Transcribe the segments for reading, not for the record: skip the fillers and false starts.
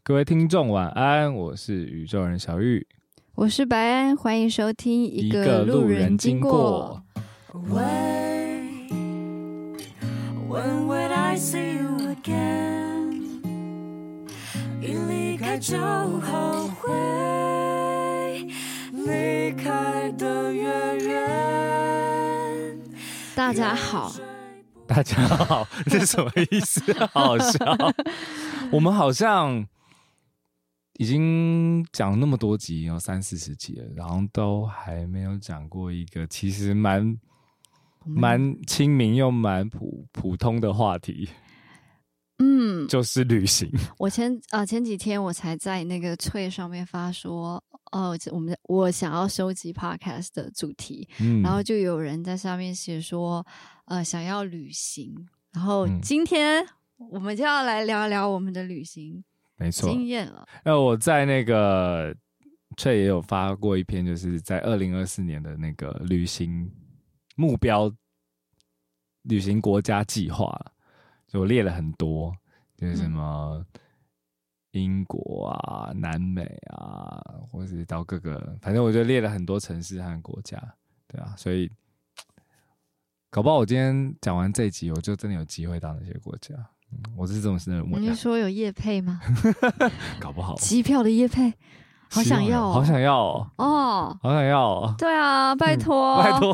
各位听众晚安，我是宇宙人小玉， 我是白安，欢迎收听一个路人经过。 When would I see you again？ 一离开就后悔，离开的越远。 大家好， 大家好，这是什么意思？好好笑。我们好像已经讲那么多集，有30-40集了，然后都还没有讲过一个其实蛮亲民又蛮普通的话题。就是旅行。 我前几天我才在那个Twitter上面发说，我想要收集 podcast 的主题，然后就有人在上面写说，想要旅行，然后今天我们就要来聊聊我们的旅行经验了。 我在那个Twitter也有发过一篇，就是在2024年的那个旅行目标、旅行国家计划，就我列了很多。就是什么英国啊、南美啊，或是到各个，反正我就列了很多城市和国家，对啊，所以搞不好我今天讲完这一集，我就真的有机会到那些国家。我是这种人物。 你是说有业配吗？ 搞不好机票的业配，好想要哦， 好想要哦，好想要哦。 对啊，拜托， 拜托，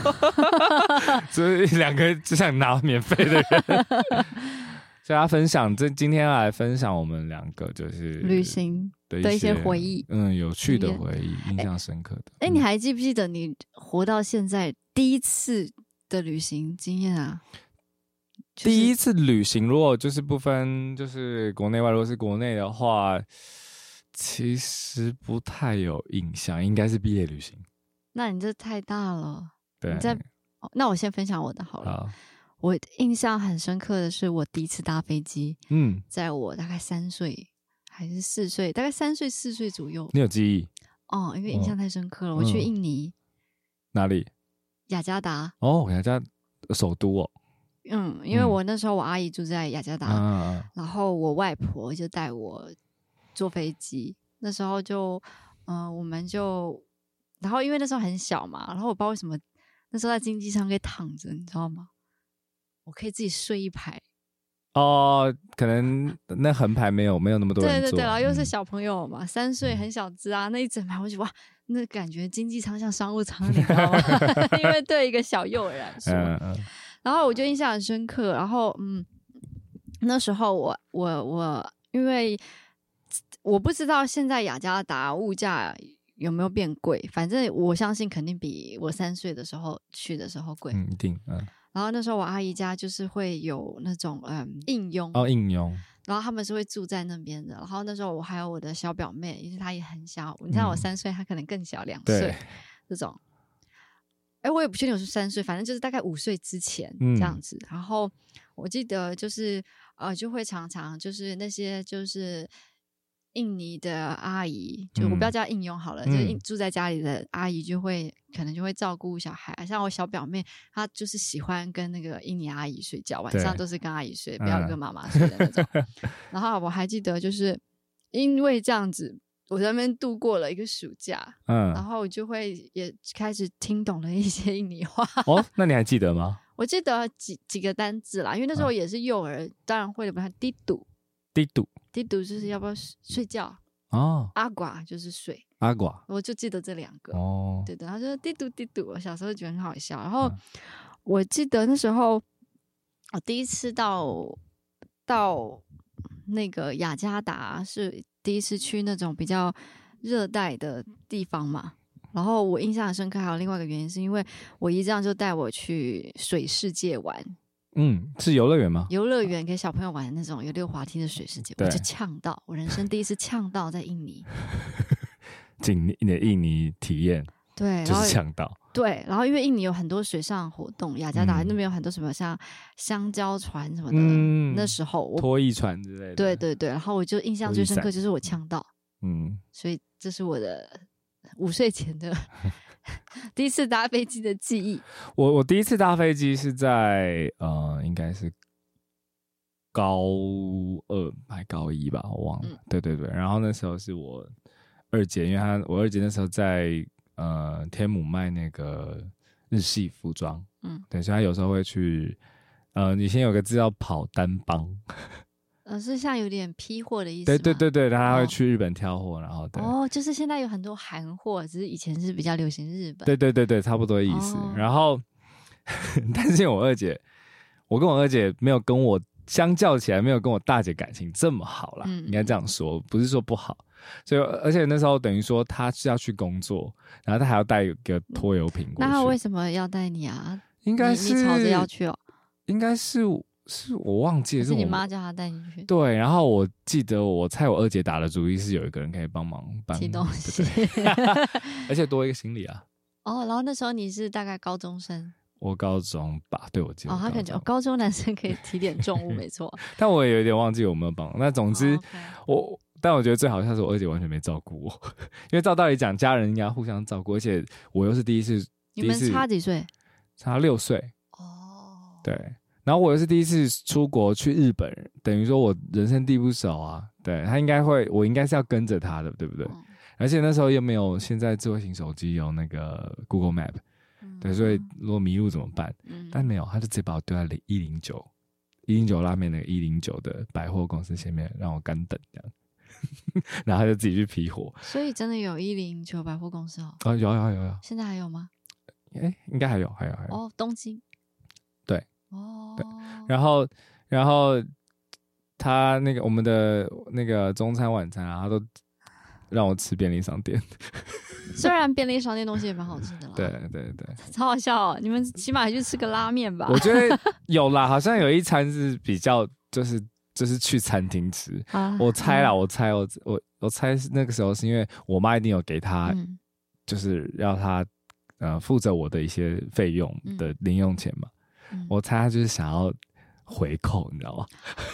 这两个只想拿免费的人。所以他分享，今天要来分享我们两个就是旅行的一些回忆， 有趣的回忆，印象深刻的。 你还记不记得你活到现在第一次的旅行经验啊？ 第一次旅行，如果就是不分就是国内外，如果是国内的话，其实不太有印象，应该是毕业旅行。 那你这太大了。 对， 那我先分享我的好了。我印象很深刻的是我第一次搭飞机，在我大概3岁还是4岁，大概3岁4岁左右。 你有记忆？ 因为印象太深刻了。我去印尼。 哪里？ 雅加达。 雅加首都哦。 因为我那时候我阿姨住在雅加达，然后我外婆就带我坐飞机。那时候就我们就，然后因为那时候很小嘛，然后我不知道为什么那时候在经济舱可以躺着，你知道吗？我可以自己睡一排。 可能那横排没有那么多人坐。 对，然后又是小朋友嘛，3岁很小只啊，那一整排我就哇，那感觉经济舱像商务舱，你知道吗？因为对一个小幼儿来说，然后我就印象很深刻。然后那时候我因为我不知道现在雅加达物价有没有变贵，反正我相信肯定比我3岁的时候去的时候贵。 一定。 然后那时候我阿姨家就是会有那种应佣应佣， 然后他们是会住在那边的。然后那时候我还有我的小表妹，因为她也很小，你看我3岁，她可能更小2岁这种。我也不确定我是3岁，反正就是大概5岁之前这样子。然后我记得就是就会常常就是那些就是印尼的阿姨，就我不要叫应佣好了，就是住在家里的阿姨可能就会照顾小孩。像我小表妹，她就是喜欢跟那个印尼阿姨睡觉，晚上都是跟阿姨睡，不要跟妈妈睡的那种。然后我还记得就是因为这样子，我在那边度过了一个暑假，然后我就会也开始听懂了一些印尼话。 那你还记得吗？ 我记得几个单字啦，因为那时候也是幼儿，当然会的。滴嘟就是要不要睡觉阿寡就是睡， 阿寡我就记得这2个对的。然后就滴嘟，我小时候觉得很好笑。然后我记得那时候我第一次到那个雅加达是第一次去那种比较热带的地方嘛。然后我印象很深刻，还有另外一个原因是因为我姨丈就带我去水世界玩。 是游乐园吗？ 游乐园给小朋友玩的那种有溜滑梯的水世界，我就呛到，我人生第一次呛到在印尼。 你的印尼体验， 对， 就是呛到。 对，然后因为印尼有很多水上活动，雅加达那边有很多什么像香蕉船什么的，那时候拖曳船之类的。 对，然后我就印象最深刻就是我呛到，所以这是我的5岁前的第一次搭飞机的记忆。 我第一次搭飞机是在应该是高2还高1吧，我忘了。对对对，然后那时候是我二姐，因为我二姐那时候在天母卖那个日系服装，对，所以她有时候会去以前有个字叫跑单帮。 是像有点批货的意思吗？ 对对对对，他会去日本挑货，然后对。 就是现在有很多韩货，只是以前是比较流行日本。 对对对对，差不多意思。然后，但是我跟我二姐没有跟我相较起来，没有跟我大姐感情这么好啦，应该这样说，不是说不好。所以，而且那时候等于说她是要去工作，然后她还要带一个拖油瓶过去。 那她为什么要带你啊？ 应该是你吵着要去哦。 应该是我忘记了， 是你妈叫她带你去。 对，然后我记得我猜我二姐打的主意是有一个人可以帮忙搬提东西， 而且多一个行李啊。 然后那时候你是大概高中生。 我高中吧，对，我记得。 他可能高中男生可以提点重物，没错。 但我也有点忘记有没有帮。那总之，但我觉得最好笑是我二姐完全没照顾我，因为照道理讲，家人应该互相照顾，而且我又是第一次。 你们差几岁？ 差6岁。对。然后我又是第一次出国去日本，等于说我人生地不熟啊。对，我应该是要跟着他的，对不对？而且那时候又没有现在智慧型手机有那个 Google Map。对，所以如果迷路怎么办？但没有，他就直接把我丢在109拉面那个109的百货公司前面，让我干等这样，然后他就自己去批货。 所以真的有109百货公司哦？ 有。 现在还有吗？ 应该还有。 东京。 对。对。然后他那个我们的那个中餐晚餐啊，他都让我吃便利商店。 虽然便利商店东西也蛮好吃的啦。 对对对， 超好笑哦！你们起码还去吃个拉面吧？ 我觉得有啦，好像有一餐是比较就是去餐厅吃。我猜啦，我猜那个时候是因为我妈一定有给他，就是要他负责我的一些费用的零用钱嘛。我猜他就是想要回扣，你知道吗？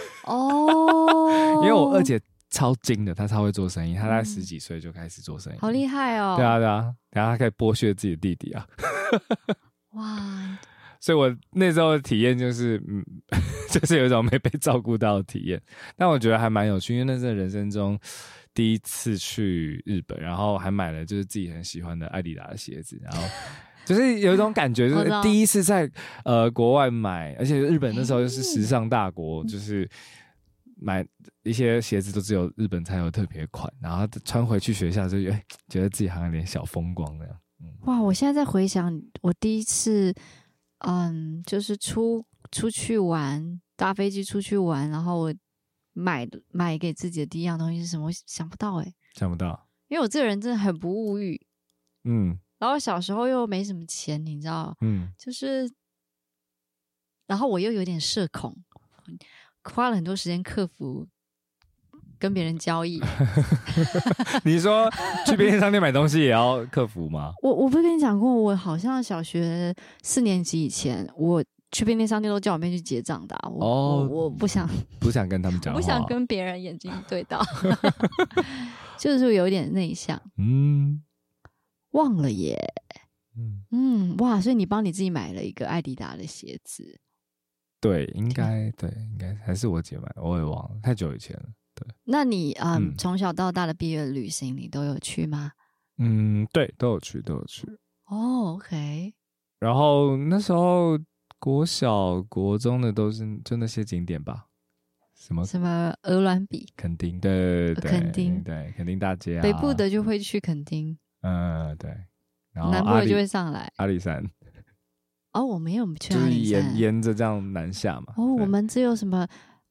因为我二姐超精的，他超会做生意，他在10几岁就开始做生意， 好厉害哦！ 对啊，然后他可以剥削自己的弟弟啊， 哇！ 所以我那时候的体验就是，就是有一种没被照顾到的体验，但我觉得还蛮有趣，因为那是人生中第一次去日本，然后还买了就是自己很喜欢的艾迪达的鞋子，然后就是有一种感觉，就是第一次在国外买，而且日本那时候就是时尚大国，就是买一些鞋子都只有日本才有特别款，然后穿回去学校就觉得自己好像有点小风光那样。 哇！我现在在回想我第一次，就是出去玩，搭飞机出去玩，然后我买给自己的第一样东西是什么？我想不到想不到， 因为我这个人真的很不物欲，然后小时候又没什么钱，你知道，就是，然后我又有点社恐，花了很多时间克服跟别人交易。 你说去便利商店买东西也要克服吗？ 我不是跟你讲过，我好像小学4年级以前，我去便利商店都叫我妹去结账的我不想跟他们讲话， 不想跟别人眼睛对到，就是有一点内向。忘了耶。哇！所以你帮你自己买了一个艾迪达的鞋子。 对，应该还是我姐买的，我也忘了，太久以前了。对， 那你从小到大的毕业旅行你都有去吗？ 对，都有去。 OK。 然后那时候国小、国中的都是就那些景点吧，什么鹅銮鼻、 垦丁，对， 垦丁， 对，垦丁大街啊。 北部的就会去垦丁， 对，然后南部的就会上来阿里山。 我没有去阿里山， 就是沿着这样南下嘛。 我们只有什么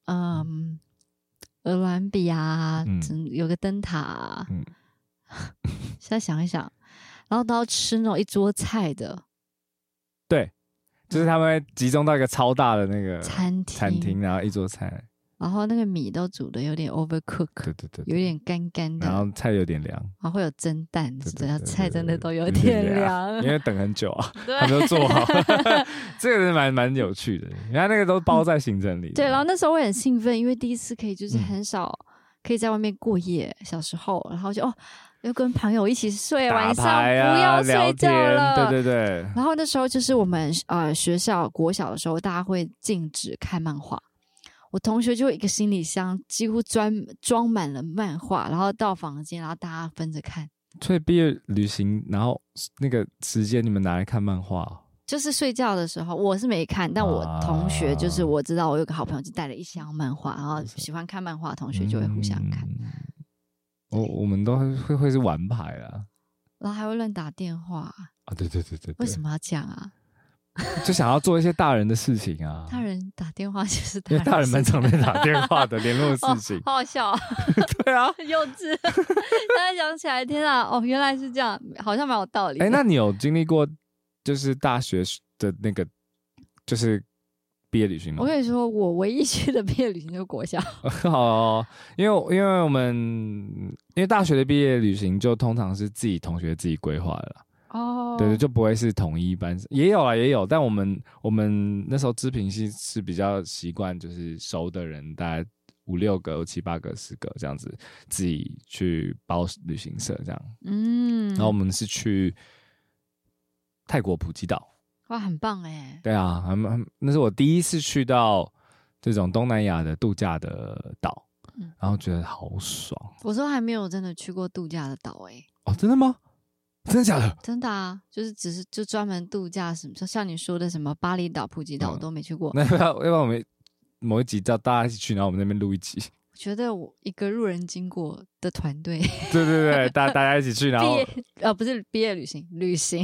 鹅銮鼻啊，有个灯塔啊。现在想一想，然后都要吃那种一桌菜的。对， 就是他们会集中到一个超大的那个餐厅， 然后一桌菜。 然后那个米都煮的有点 overcook， 对， 有点干干的， 然后菜有点凉， 然后会有蒸蛋，菜真的都有点凉， 因为等很久啊，他们都做好，这个是蛮有趣的，因为那个都包在行程里。 对，然后那时候我也很兴奋，因为第一次可以就是很少可以在外面过夜，小时候，然后就又跟朋友一起睡，晚上不要睡觉了， 对。 然后那时候就是我们学校国小的时候，大家会禁止看漫画。 我同学就有一个行李箱，几乎装满了漫画，然后到房间，然后大家分着看。 所以毕业旅行，然后那个时间你们拿来看漫画哦？ 就是睡觉的时候，我是没看，但我同学就是我知道，我有个好朋友就带了一箱漫画，然后喜欢看漫画的同学就会互相看。 我们都会是玩牌啊， 然后还会乱打电话啊！对， 为什么要这样啊？ 就想要做一些大人的事情啊。 大人打电话就是因为大人蛮常在打电话的联络事情， 好好笑啊！ 对啊， 很幼稚。现在想起来，天啊，哦，原来是这样，好像蛮有道理的。 那你有经历过就是大学的那个就是毕业旅行吗？ 我跟你说，我唯一去的毕业旅行就是国小。 好，因为我们因为大学的毕业旅行就通常是自己同学自己规划的啦。 哦， 对，就不会是统一班，也有，但我们那时候织品系是比较习惯，就是熟的人大概5、6个、7、8个、10个这样子，自己去包旅行社这样。然后我们是去泰国普吉岛， 哇，很棒哎！ 对啊，那是我第一次去到这种东南亚的度假的岛，然后觉得好爽。 我说还没有真的去过度假的岛哎。 哦，真的吗？真的假的？ 真的啊，就是就专门度假什么，像你说的什么巴厘岛、普吉岛我都没去过。 那要不然我们某一集叫大家一起去，然后我们那边录一集。 我觉得我一个路人经过的团队， 对，大家一起去，然后不是毕业旅行。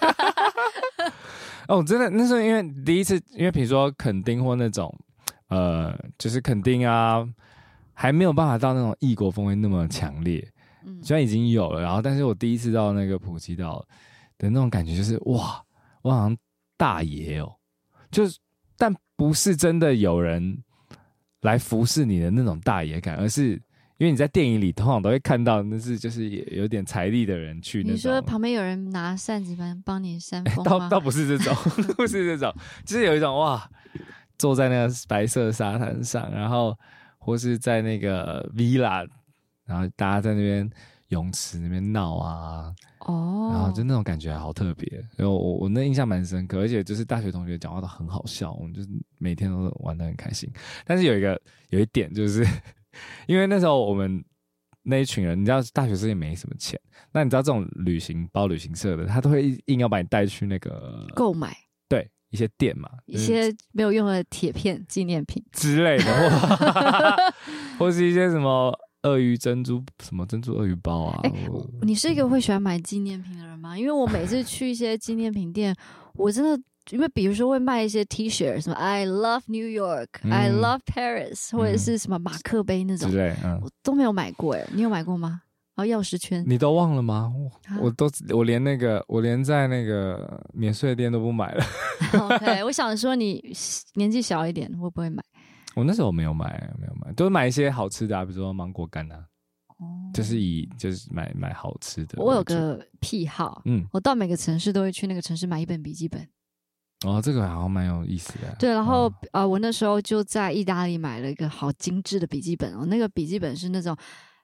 哦，真的那时候因为第一次，因为比如说垦丁或那种就是垦丁啊，还没有办法到那种异国风味那么强烈。虽然已经有了，然后但是我第一次到那个普吉岛的那种感觉就是哇，我好像大爷哦，就是但不是真的有人来服侍你的那种大爷感，而是因为你在电影里通常都会看到那是就是有点财力的人去那种。 你说旁边有人拿扇子帮你扇风吗？ 倒不是这种，不是这种，就是有一种哇，坐在那个白色沙滩上，然后或是在那个 villa。然后大家在那边泳池那边闹啊，然后就那种感觉好特别，因为我那印象蛮深刻，而且就是大学同学讲话都很好笑，我们就是每天都玩得很开心。但是有一点就是，因为那时候我们那一群人，你知道大学生也没什么钱，那你知道这种包旅行社的，他都会硬要把你带去那个购买， 对一些店嘛， 一些没有用的铁片纪念品之类的，或是一些什么。鳄鱼珍珠什么珍珠鳄鱼包啊？ 你是一个会喜欢买纪念品的人吗？因为我每次去一些纪念品店，我真的因为比如说会卖一些 T 恤，什么 I love New York、I love Paris，或者是什么马克杯那种之类， 我都没有买过你有买过吗？然后钥匙圈你都忘了吗？我连在那个免税店都不买了。 OK， 我想说你年纪小一点会不会买？ 我那时候没有买，都是买一些好吃的比如说芒果干啊，就是买好吃的。 我有个癖好，我到每个城市都会去那个城市买一本笔记本。 哦，这个好像蛮有意思的。 对，然后我那时候就在意大利买了一个好精致的笔记本那个笔记本是那种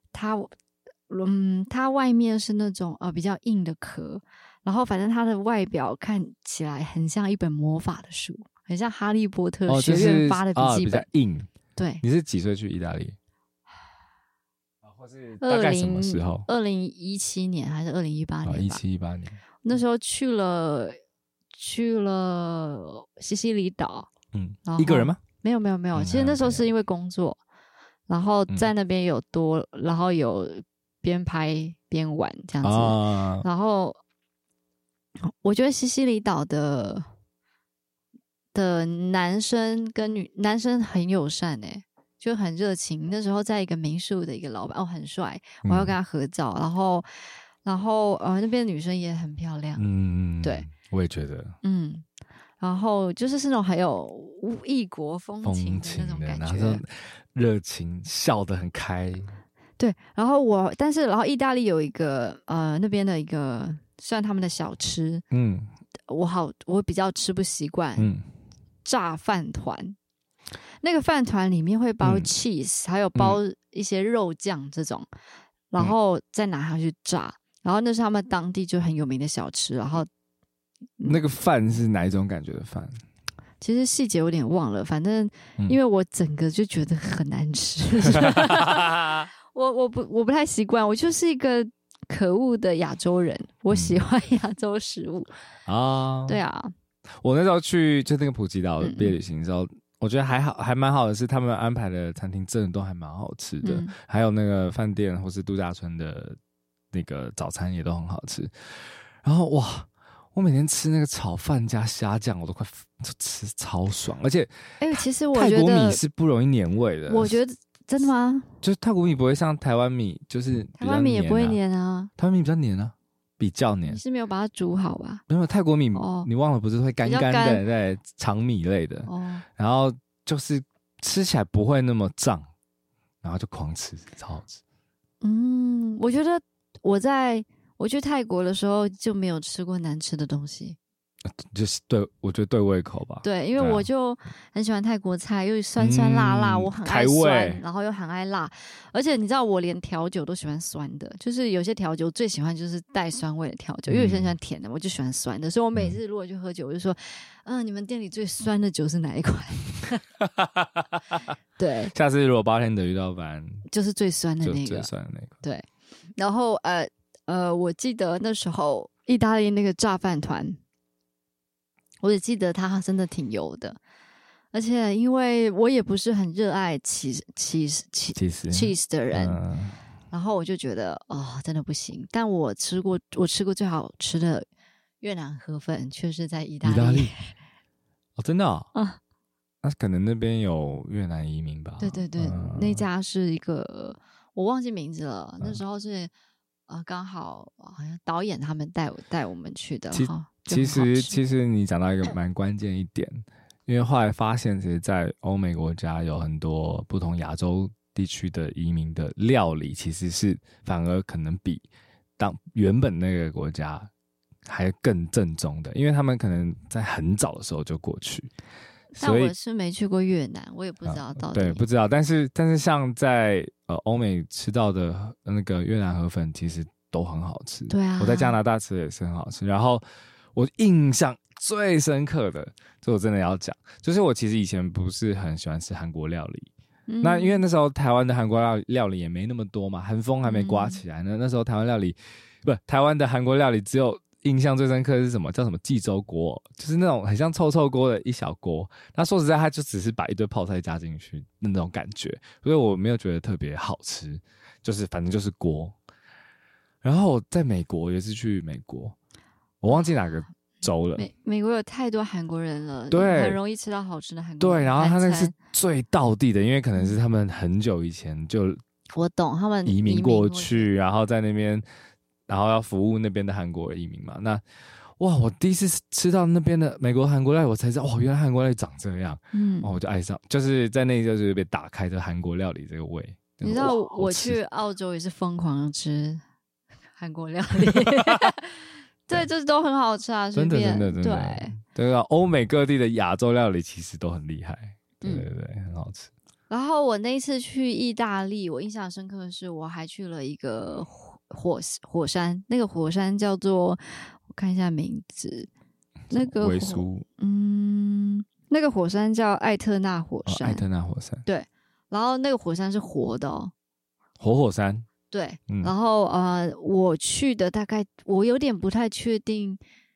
它外面是那种比较硬的壳，然后反正它的外表看起来很像一本魔法的书。很像哈利波特学院发的笔记本， 比较硬。 对， 你是几岁去意大利？或是大概什么时候 ？2017年还是2018年 ？17、18年。 那时候去了西西里岛。 一个人吗？ 没有。其实那时候是因为工作，然后在那边然后有边拍边玩这样子。然后我觉得西西里岛的男生很友善就很热情。那时候在一个民宿的一个老板很帅，我要跟他合照。然后那边的女生也很漂亮。对， 我也觉得。 然后就是那种很有异国风情的那种感觉， 然后热情，笑得很开。 对，然后意大利有一个那边的一个算他们的小吃，我比较吃不习惯。炸饭团，那个饭团里面会包 cheese，还有包一些肉酱这种，然后再拿下去炸。然后那是他们当地就很有名的小吃。然后那个饭是哪一种感觉的饭？ 其实细节有点忘了，反正因为我整个就觉得很难吃，我不太习惯，我就是一个可恶的亚洲人，我喜欢亚洲食物啊。对啊， 我那时候去就那个普吉岛毕业旅行的时候，我觉得还蛮好的是，他们安排的餐厅真的都还蛮好吃的，还有那个饭店或是度假村的那个早餐也都很好吃。然后哇，我每天吃那个炒饭加虾酱，我都快吃超爽，而且其实我觉得泰国米是不容易黏味的。我觉得真的吗？ 就是泰国米不会像台湾米，就是台湾米也不会黏啊， 台湾米比较黏啊，比较黏。 你是没有把它煮好吧？ 没有，泰国米你忘了不是会干干的，对，长米类的。然后就是吃起来不会那么胀，然后就狂吃，超好吃。 我觉得我去泰国的时候就没有吃过难吃的东西， 就是对我觉得对胃口吧。 对，因为我就很喜欢泰国菜，又酸酸辣辣，我很爱酸，然后又很爱辣，而且你知道我连调酒都喜欢酸的，就是有些调酒我最喜欢就是带酸味的调酒，因为有些人喜欢甜的，我就喜欢酸的，所以我每次如果去喝酒，我就说，你们店里最酸的酒是哪一款？对， 下次如果bartender遇到班， 就是最酸的那个， 最酸的那个。 对，然后我记得那时候意大利那个炸饭团，我也记得它真的挺油的，而且因为我也不是很热爱 cheese 的人，然后我就觉得真的不行。但我吃过最好吃的越南河粉，却是在意大利。 真的那可能那边有越南移民吧？ 对对对，那家是一个我忘记名字了，那时候是。刚好好像导演他们带我们去的。 其实你讲到一个蛮关键一点，因为后来发现，其实，在欧美国家有很多不同亚洲地区的移民的料理，其实是反而可能比原本那个国家还更正宗的，因为他们可能在很早的时候就过去。 但我是没去过越南，我也不知道到底。 对，不知道。但是像在欧美吃到的那个越南河粉，其实都很好吃。 对啊， 我在加拿大吃的也是很好吃。然后我印象最深刻的，这我真的要讲，就是我其实以前不是很喜欢吃韩国料理。那因为那时候台湾的韩国料理也没那么多嘛，韩风还没刮起来呢。那时候台湾的韩国料理只有。印象最深刻的是什么？叫什么济州锅，就是那种很像臭臭锅的一小锅。那说实在，它就只是把一堆泡菜加进去那种感觉，所以我没有觉得特别好吃，就是反正就是锅。然后我在美国也是去美国，我忘记哪个州了。 美国有太多韩国人了， 对， 很容易吃到好吃的韩国。 对，然后他那个是最道地的，因为可能是他们很久以前就我懂他们移民过去，然后在那边。然后要服务那边的韩国移民嘛？那哇，我第一次吃到那边的美国韩国料理，我才知道原来韩国料理长这样。我就爱上，就是在那一就是被打开的韩国料理这个味。 你知道我去澳洲也是疯狂的吃韩国料理，对，就是都很好吃啊， 真的对啊，欧美各地的亚洲料理其实都很厉害，对，很好吃。 然后我那一次去意大利，我印象深刻的是，我还去了一个。火山，那个火山叫做，我看一下名字，那个维苏， 那个火山叫艾特纳火山， 艾特纳火山， 对，然后那个火山是活的火山， 对，然后我去的大概我有点不太确定，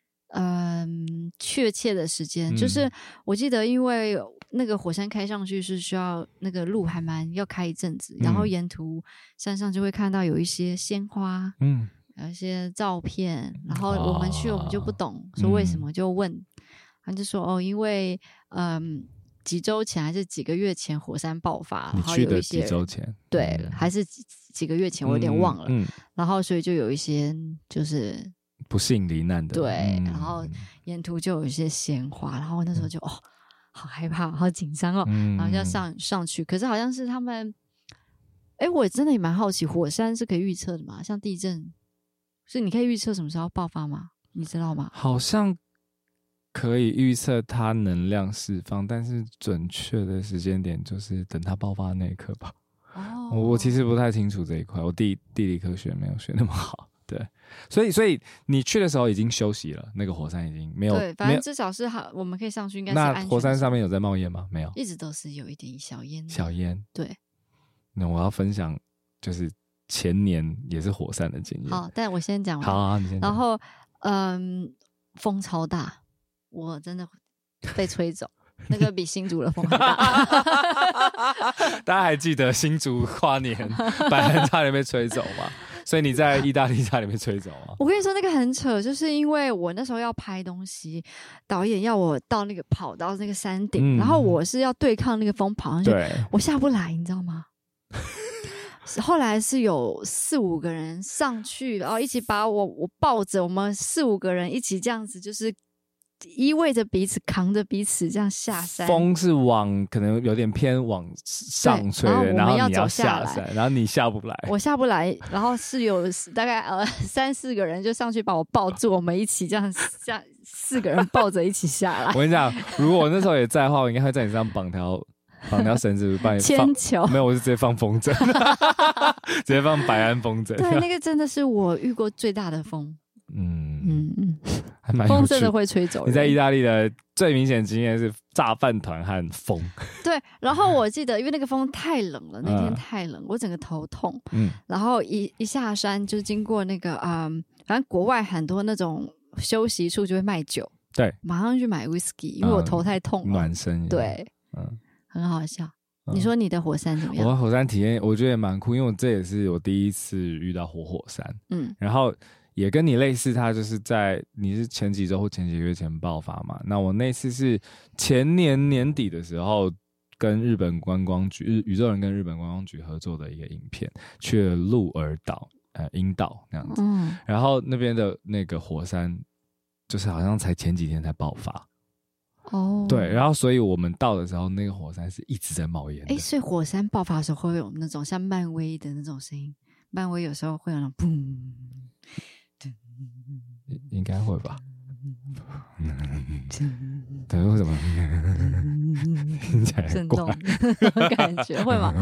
确切的时间，就是我记得因为。那个火山开上去是需要那个路还蛮要开一阵子，然后沿途山上就会看到有一些鲜花，有一些照片，然后我们去我们就不懂说为什么，就问，他就说因为几周前还是几个月前火山爆发，然后有一些几周前， 对，还是几个月前，我有点忘了，然后所以就有一些就是不幸罹难的， 对，然后沿途就有一些鲜花，然后那时候就好害怕，好紧张然后就要上去。可是好像是他们，我真的也蛮好奇，火山是可以预测的吗？像地震，是你可以预测什么时候爆发吗？你知道吗？ 好像可以预测它能量释放，但是准确的时间点就是等它爆发的那一刻吧。我其实不太清楚这一块，我地理科学没有学那么好。 对，所以你去的时候已经休息了，那个火山已经没有， 对，反正至少是好，我们可以上去，应该是安全的。 那火山上面有在冒烟吗？没有， 一直都是有一点小烟。 小烟。 对， 那我要分享就是前年也是火山的经验。 好，但我先讲完。 好，你先讲。 然后，风超大，我真的被吹走。那个比新竹的风还大。 大家还记得新竹跨年百人差点被吹走吗？所以你在意大利差点被吹走吗？ 我跟你说那个很扯，就是因为我那时候要拍东西，导演要我到那个跑到那个山顶，然后我是要对抗那个风跑上去，我下不来，你知道吗？后来是有4-5个人上去，然后一起把我抱着，我们4-5个人一起这样子，就是依偎着彼此，扛着彼此这样下山。 风是可能有点偏往上吹的，然后你要下山，然后你下不来， 我下不来，然后是有大概3-4个人就上去把我抱住，我们一起这样4个人抱着一起下来。 我跟你讲，如果我那时候也在的话，我应该会在你身上绑条绳子，帮你铅球。 没有，我是直接放风筝，直接放百安风筝。 对，那个真的是我遇过最大的风。 还蛮有趣的。 风真的会吹走人。 你在意大利的最明显的经验是炸饭团和风。 对，然后我记得因为那个风太冷了，那天太冷，我整个头痛。然后一下山就经过那个反正国外很多那种休息处就会卖酒， 对， 马上去买 whisky， 因为我头太痛了， 暖身。 对，很好笑。你说你的火山怎么样？ 我的火山体验我觉得也蛮酷，因为这也是我第一次遇到活火山。然后也跟你类似，它就是你是前几周或前几个月前爆发嘛。那我那次是前年年底的时候，跟日本观光局宇宙人跟日本观光局合作的一个影片，去了鹿儿岛樱岛那样子。然后那边的那个火山，就是好像才前几天才爆发。对，然后所以我们到的时候，那个火山是一直在冒烟的。 所以火山爆发的时候会有那种像漫威的那种声音，漫威有时候会有那种嘣。 应该会吧。对，为什么听起来震动感觉会吗？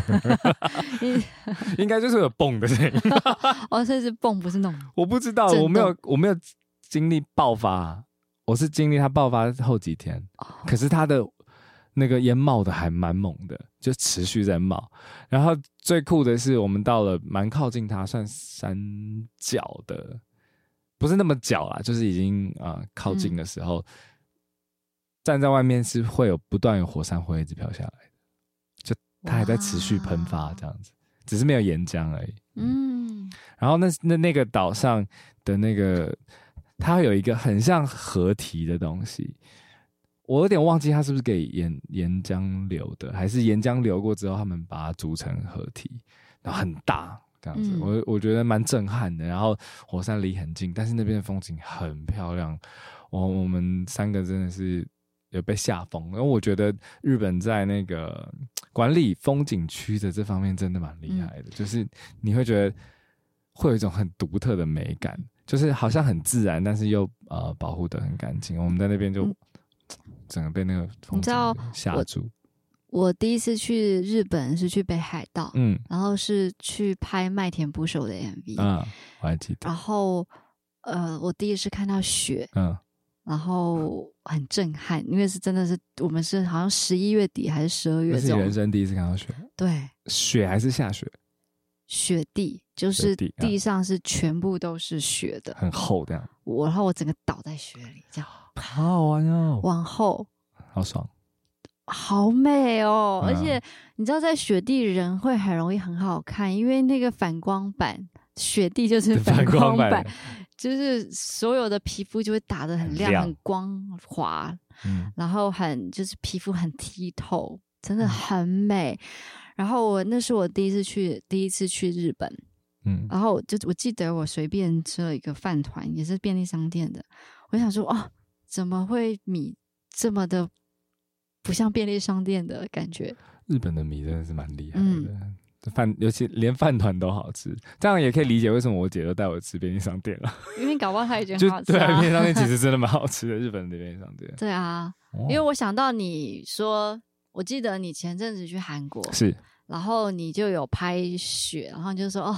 应该就是有蹦的声音。 所以是蹦，不是那种。 我不知道，我没有经历爆发，我是经历它爆发后几天。可是它的那个烟冒的还蛮猛的，就持续在冒。然后最酷的是，我们到了蛮靠近它，算山脚的。不是那么脚啦，就是已经靠近的时候，站在外面是会不断有火山灰一直飘下来的，就它还在持续喷发这样子，只是没有岩浆而已。然后那个岛上的那个，它有一个很像河堤的东西，我有点忘记它是不是给岩浆流的，还是岩浆流过之后他们把它筑成河堤，然后很大。这样子，我觉得蛮震撼的。然后火山离很近，但是那边的风景很漂亮。我们3个真的是有被吓疯，因为我觉得日本在那个管理风景区的这方面真的蛮厉害的，就是你会觉得会有一种很独特的美感，就是好像很自然，但是又保护得很干净。我们在那边就整个被那个风景吓住。 我第一次去日本是去北海道，然后是去拍麦田捕手的 MV， 我还记得。 然后我第一次看到雪，然后很震撼，因为是真的是我们是好像11月底还是12月， 这是你人生第一次看到雪？ 对，雪还是下雪？ 雪地，就是地上是全部都是雪的， 很厚这样。 然后我整个倒在雪里，这样好好玩哦， 往后， 好爽。 好美哦！而且你知道，在雪地人会很容易很好看，因为那个反光板，雪地就是反光板，就是所有的皮肤就会打得很亮、很光滑，然后就是皮肤很剔透，真的很美。然后那是我第一次去日本，然后我记得我随便吃了一个饭团，也是便利商店的，我想说怎么会米这么的不像便利商店的感觉？日本的米真的是蛮厉害的，尤其连饭团都好吃，这样也可以理解为什么我姐都带我吃便利商店了。 因为搞不好她也觉得很好吃对便利商店其实真的蛮好吃的，日本的便利商店。 对啊，因为我想到你说，我记得你前阵子去韩国， 是， 然后你就有拍雪，然后你就说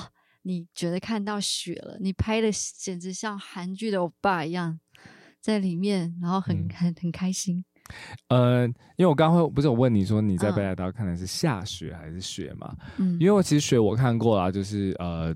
你觉得看到雪了，你拍的简直像韩剧的欧巴一样在里面，然后很开心。 因为我刚刚不是有问你说你在北海道看的是下雪还是雪嘛？因为我其实雪我看过啦，就是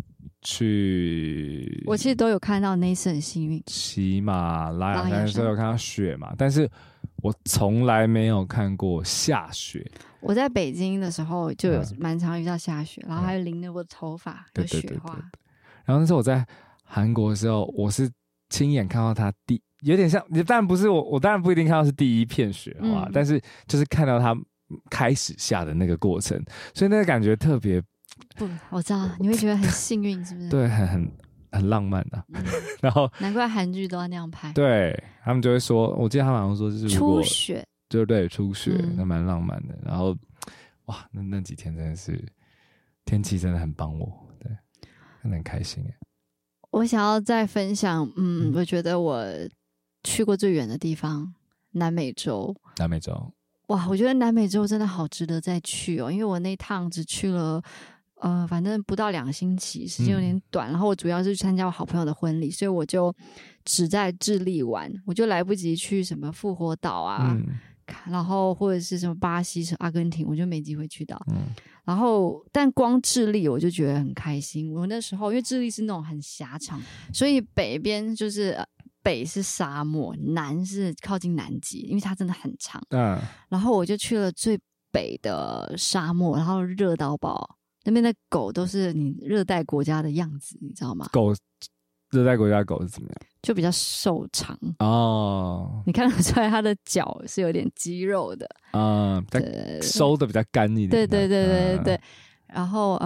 我其实都有看到，那一次很幸运。 喜马拉雅山的时候有看到雪嘛，但是我从来没有看过下雪。 我在北京的时候就有蛮常遇到下雪，然后还有淋了我的头发，有雪花。 然后那时候我在韩国的时候，我是亲眼看到它有点像，当然不是我当然不一定看到是第一片雪花，但是就是看到它开始下的那个过程，所以那个感觉特别。 不，我知道你会觉得很幸运，是不是？ 对，很浪漫的。然后难怪韩剧都要那样拍。 对，他们就会说，我记得他们好像说就是如果初雪， 对初雪，那蛮浪漫的。然后哇，那几天真的是天气真的很帮我，对，真的很开心耶。 我想要再分享，我觉得我去过最远的地方，南美洲。哇，我觉得南美洲真的好值得再去哦，因为我那趟只去了反正不到2个星期，时间有点短。然后我主要是去参加我好朋友的婚礼，所以我就只在智利玩，我就来不及去什么复活岛啊，然后或者是什么巴西、阿根廷，我就没机会去到。然后但光智利我就觉得很开心。我那时候因为智利是那种很狭长，所以北边就是北是沙漠，南是靠近南极，因为它真的很长。然后我就去了最北的沙漠，然后热到爆。那边的狗都是你热带国家的样子，你知道吗？ 热带国家的狗是怎么样？ 就比较瘦长哦， 你看得出来它的脚是有点肌肉的， 比较收的比较干一点。 对。然后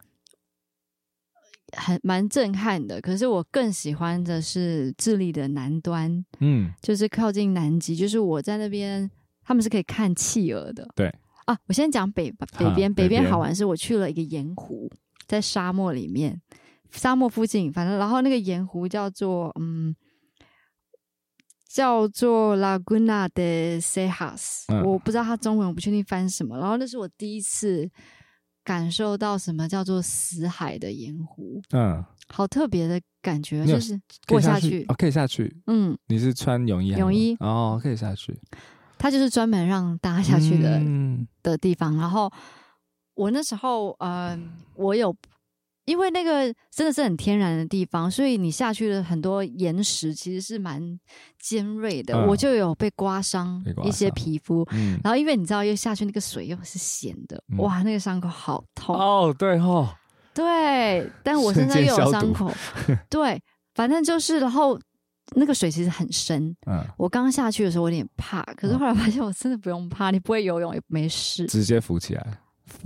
蛮震撼的。可是我更喜欢的是智利的南端，就是靠近南极，就是我在那边，他们是可以看企鹅的。 对啊，我先讲北边，北边好玩是我去了一个盐湖，在沙漠里面，沙漠附近，反正然后那个盐湖叫做Laguna de Cejas，我不知道它中文我不确定翻什么。然后那是我第一次感受到什么叫做死海的盐湖，好特别的感觉，就是过下去可以下去，你是穿泳衣哦，可以下去。 它就是专门让大家下去的地方。然后我那时候我有因为那个真的是很天然的地方，所以你下去的很多岩石其实是蛮尖锐的，我就有被刮伤一些皮肤，然后因为你知道又下去那个水又是咸的，哇，那个伤口好痛哦， 对，但我身上又有伤口对，反正就是然后那个水其实很深，我刚下去的时候我有点怕，可是后来发现我真的不用怕，你不会游泳也没事， 直接浮起来，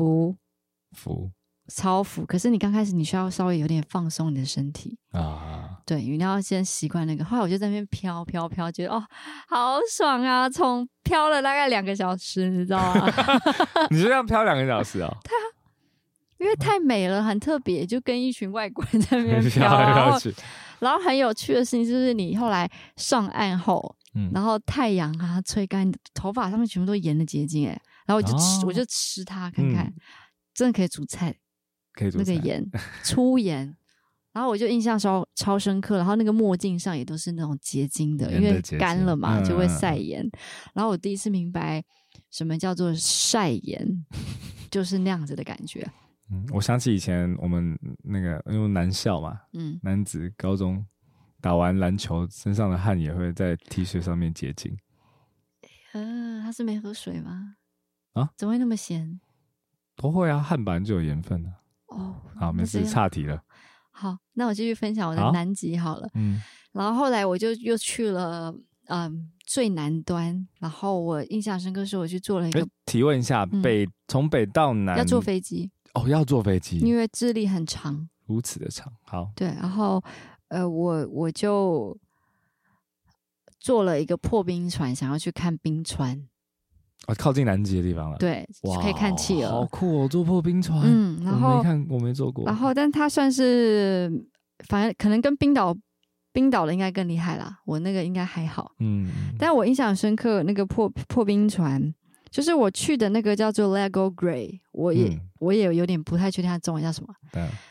超浮。可是你刚开始你需要稍微有点放松你的身体啊，对，你要先习惯那个。后来我就在那边飘，觉得好爽啊！从飘了大概2个小时，你知道吗？ 你就这样飘2个小时哦？ 对啊，因为太美了，很特别，就跟一群外国人在那边飘。然后很有趣的事情就是你后来上岸后，然后太阳啊吹干你的头发上面全部都盐的结晶，然后我就吃它看看，真的可以煮菜，那个盐粗盐，然后我就印象超深刻。然后那个墨镜上也都是那种结晶的，因为干了嘛就会晒盐。然后我第一次明白什么叫做晒盐，就是那样子的感觉。 我想起以前我们那个因为男校嘛，男子高中打完篮球身上的汗也会在 T 恤上面结晶。 他是没喝水吗？怎么会那么咸？ 不会啊，汗本来就有盐分啊。好，没事，岔题了。 好，那我继续分享我的南极好了。然后后来我就又去了最南端，然后我印象深刻是我去做了一个。 提问一下，从北到南要坐飞机。 要坐飞机， 因为智利很长， 如此的长。好， 对，然后我就坐了一个破冰船，想要去看冰川。 靠近南极的地方了。 对，可以看企鹅， 好酷哦！坐破冰船， 然后我没坐过。然后，但它算是，反正可能跟冰岛的应该更厉害啦。我那个应该还好，但我印象深刻那个破冰船。就是我去的那个叫做 Lago Grey， 我也有点不太确定它中文叫什么。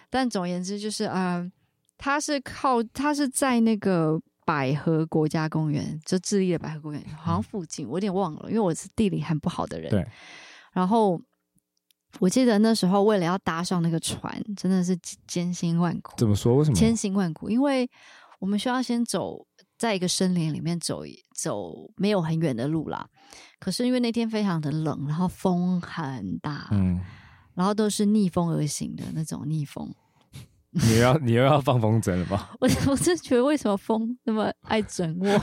但总而言之就是它是在那个百合国家公园，就智利的百合公园，好像附近，我有点忘了，因为我是地理很不好的人。 对。 然后我记得那时候为了要搭上那个船，真的是艰辛万苦。 怎么说？为什么？ 千辛万苦，因为我们需要先走在一个森林里面走没有很远的路啦。可是因为那天非常的冷，然后风很大，然后都是逆风而行的那种逆风。 你又要放风筝了吗？ 我真觉得为什么风那么爱整我？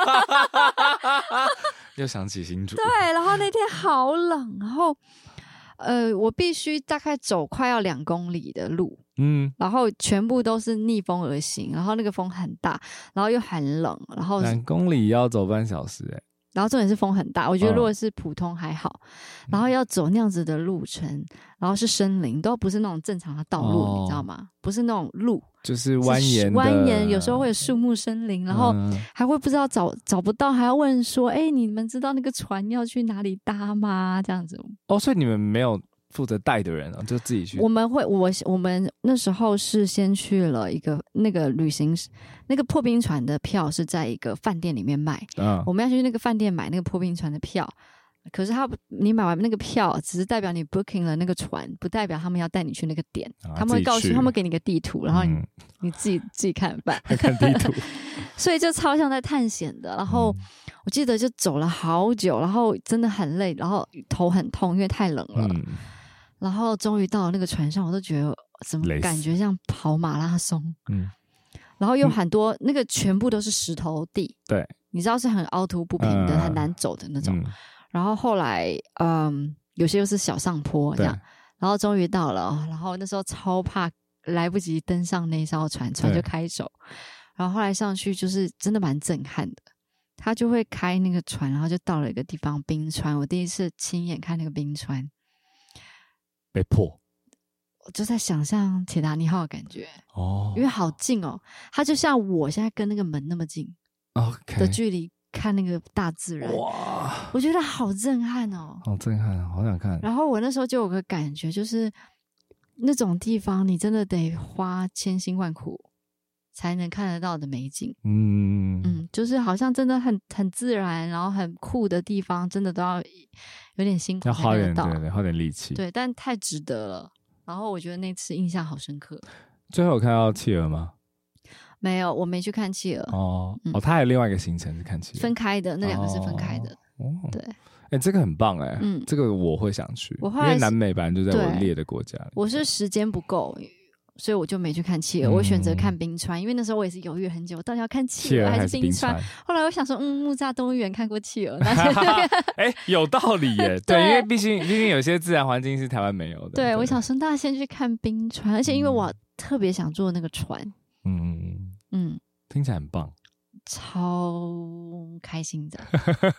又想起新竹。 对，然后那天好冷，然后我必须大概走快要2公里的路，然后全部都是逆风而行，然后那个风很大，然后又很冷，然后 2公里要走半小时然后重点是风很大，我觉得如果是普通还好，然后要走那样子的路程，然后是森林，都不是那种正常的道路，你知道吗？不是那种路， 就是蜿蜒， 有时候会有树木森林，然后还会不知道找不到，还要问说，你们知道那个船要去哪里搭吗？这样子。 所以你们没有负责带的人就自己去。 我们那时候是先去了一个那个旅行，那个破冰船的票是在一个饭店里面卖，我们要去那个饭店买那个破冰船的票。可是你买完那个票，只是代表你 booking 了那个船，不代表他们要带你去那个点。他们会告诉，他们给你个地图，然后你自己看办， 看地图。 所以就超像在探险的。然后我记得就走了好久，然后真的很累，然后头很痛，因为太冷了。然后终于到了那个船上，我都觉得怎么感觉像跑马拉松。然后有很多那个全部都是石头地， 对， 你知道是很凹凸不平的，很难走的那种。然后后来有些又是小上坡这样，然后终于到了，然后那时候超怕来不及登上那艘船就开走。然后后来上去就是真的蛮震撼的，他就会开那个船，然后就到了一个地方冰川，我第一次亲眼看那个冰川被破， 我就在想象铁达尼号的感觉因为好近它就像我现在跟那个门那么近的距离看那个大自然，哇，我觉得好震撼好震撼，好想看。 然后我那时候就有个感觉，就是那种地方你真的得花千辛万苦才能看得到的美景。就是好像真的很自然，然后很酷的地方，真的都要有点辛苦才看得到， 对，花点力气。 对，但太值得了。然后我觉得那次印象好深刻。 最后有看到企鹅吗？ 没有，我没去看企鹅。 他还有另外一个行程是看企鹅， 分开的，那2个是分开的。对， 这个很棒这个我会想去，因为南美本来就在我列的国家里。 我是时间不够，所以我就没去看企鹅，我选择看冰川，因为那时候我也是犹豫很久，到底要看企鹅还是冰川。后来我想说，木栅动物园看过企鹅， 有道理耶。对，因为毕竟有些自然环境是台湾没有的。 对，我想说，那先去看冰川，而且因为我特别想坐那个船， 听起来很棒， 超开心的。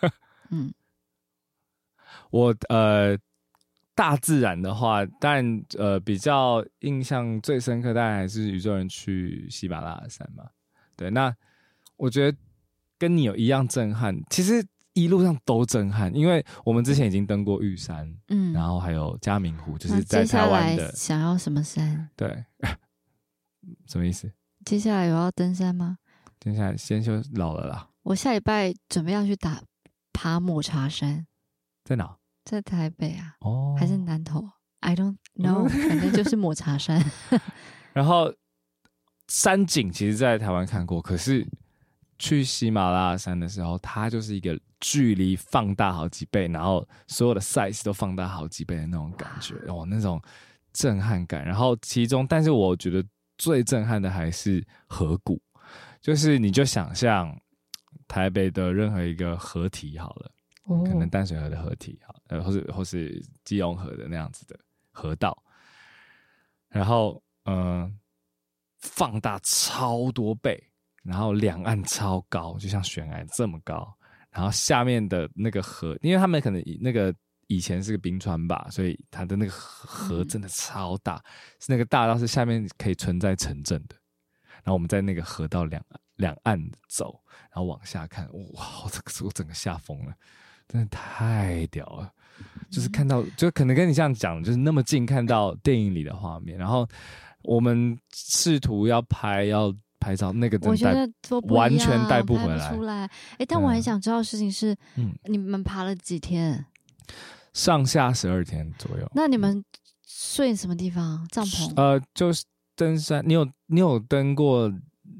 我大自然的话，但比较印象最深刻，当然还是宇宙人去喜马拉雅山嘛。对，那我觉得跟你有一样震撼，其实一路上都震撼，因为我们之前已经登过玉山，然后还有嘉明湖，就是在台湾的。 接下来想要什么山？ 对，什么意思？ 接下来有要登山吗？ 接下来先休老了啦。 我下礼拜准备要去爬抹茶山， 在哪？ 在台北啊，还是南投 ？I don't know， 反正就是抹茶山。 然后山景其实在台湾看过，可是去喜马拉雅山的时候，它就是一个距离放大好几倍，然后所有的 size 都放大好几倍的那种感觉，那种震撼感。然后但是我觉得最震撼的还是河谷，就是你就想象台北的任何一个河体好了。可能淡水河的河体或是基隆河的那样子的河道，然后放大超多倍，然后两岸超高，就像悬崖这么高，然后下面的那个河，因为他们可能那个以前是个冰川吧，所以它的那个河真的超大，是那个大到是下面可以存在城镇的。然后我们在那个河道两岸走，然后往下看，哇，我整个吓疯了。真的太屌了，就是看到，就可能跟你这样讲，就是那么近看到电影里的画面，然后我们试图要拍照，那个真的我觉得都不一样完全带不回来， 拍不出来。但我很想知道的事情是，你们爬了几天？ 上下12天左右。 那你们睡什么地方？帐篷？ 就是登山。你有登过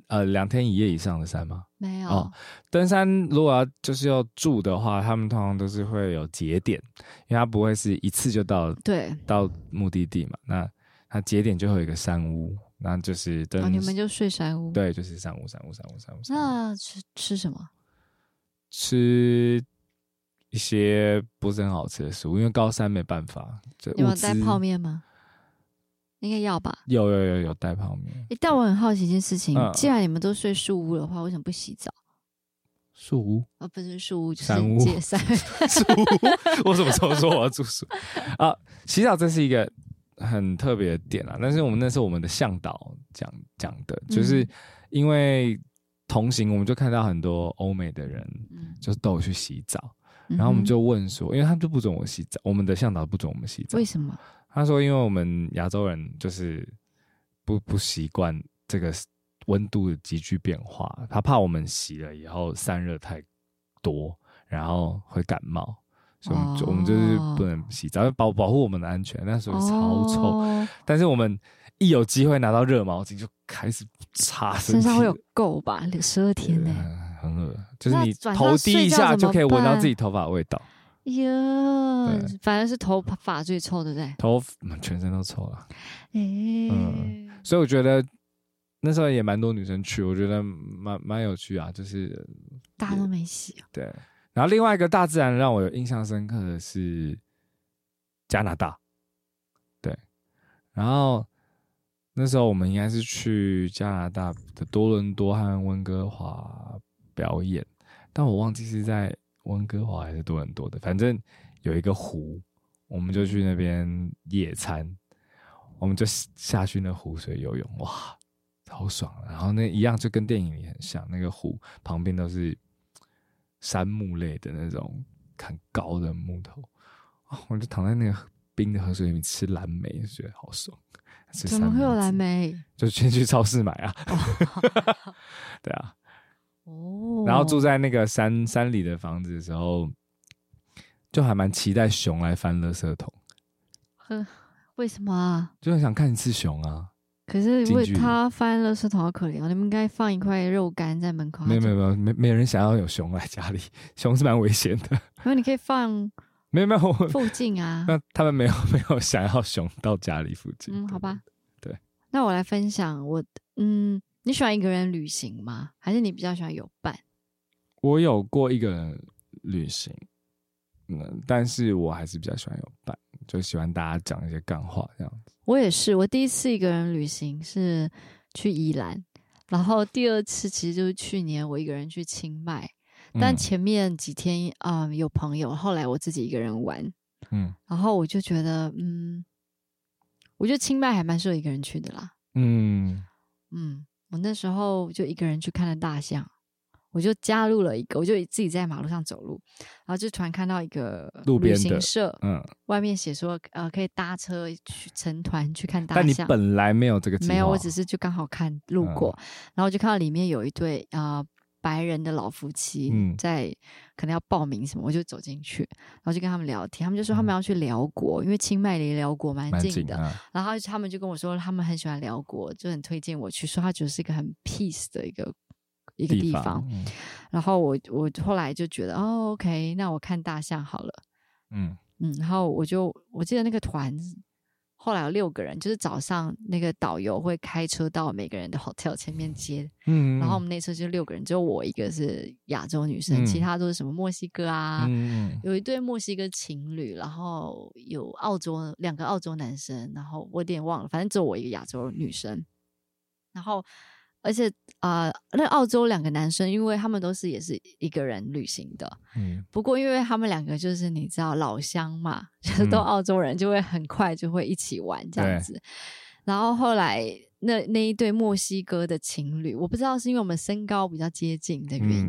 2天1夜以上的山吗？ 没有。 登山如果就是要住的话，他们通常都是会有节点，因为它不会是一次就到目的地嘛。那它节点就会有一个山屋，那就是你们就睡山屋。 对，就是山屋。 那吃什么？ 吃一些不是很好吃的食物，因为高山没办法。 你有带泡面吗？应该要吧。 有带泡面。 但我很好奇一件事情，既然你们都睡树屋的话，为什么不洗澡？ 树屋？ 不是树屋，就是山屋。树屋？我什么时候说我要住树啊？洗澡这是一个很特别的点啦，但是那是我们的向导讲的，就是因为同行我们就看到很多欧美的人，就都有去洗澡。然后我们就问说，因为他们就不准我洗澡，我们的向导不准我们洗澡。 为什么？ 他说，因为我们亚洲人就是不习惯这个温度的急剧变化，他怕我们洗了以后散热太多，然后会感冒，所以我们就是不能洗澡，保护我们的安全。那时候超臭，但是我们一有机会拿到热毛巾就开始擦身上会有垢吧？12天呢。 很恶，就是你头低一下就可以闻到自己头发的味道。 反正是头发最臭，对不对？ 全身都臭了。所以我觉得那时候也蛮多女生去，我觉得蛮有趣啊，就是大家都没洗。 对，然后另外一个大自然让我有印象深刻的是加拿大。对，然后那时候我们应该是去加拿大的多伦多和温哥华表演，但我忘记是在温哥华还是多伦多的，反正有一个湖，我们就去那边野餐，我们就下去那湖水游泳，哇，好爽啊！然后那一样就跟电影里很像，那个湖旁边都是杉木类的那种很高的木头，我就躺在那个冰的河水里面吃蓝莓，就觉得好爽。 怎么会有蓝莓？ 就先去超市买啊。对啊。然后住在那个山里的房子的时候，就还蛮期待熊来翻垃圾桶。 为什么啊？ 就很想看一次熊啊。可是因为他翻垃圾桶好可怜哦，你们应该放一块肉干在门口。 没人想要有熊来家里，熊是蛮危险的。 因为你可以放没有附近啊。 那他们没有想要熊到家里附近。 好吧。 对。 那我来分享你喜欢一个人旅行吗？还是你比较喜欢有伴？ 我有过一个人旅行，但是我还是比较喜欢有伴，就喜欢大家讲一些干话这样子。 我也是，我第一次一个人旅行是去宜兰，然后第二次其实就是去年我一个人去清迈，但前面几天有朋友，后来我自己一个人玩，然后我就觉得我觉得清迈还蛮适合一个人去的啦。我那时候就一个人去看了大象，我就加入了一个，我就自己在马路上走路，然后就突然看到一个旅行社，外面写说可以搭车去成团去看大象。但你本来没有这个计划？ 没有，我只是就刚好路过，然后就看到里面有一对白人的老夫妻在可能要报名什么，我就走进去，然后就跟他们聊天，他们就说他们要去辽国，因为清迈离辽国蛮近的，然后他们就跟我说他们很喜欢辽国，就很推荐我去，说他觉得是一个很 peace 的一个地方。然后我后来就觉得OK， 那我看大象好了。然后我记得那个团后来有6个人，就是早上那个导游会开车到每个人的 hotel 前面接，然后我们那车就6个人，只有我一个是亚洲女生，其他都是什么墨西哥啊，有一对墨西哥情侣，然后有2个澳洲男生，然后我有点忘了，反正只有我一个亚洲女生，然后而且那澳洲2个男生，因为他们也是一个人旅行的，不过因为他们2个就是你知道老乡嘛，就是都澳洲人，就会很快就会一起玩这样子。然后后来那一对墨西哥的情侣，我不知道是因为我们身高比较接近的原因，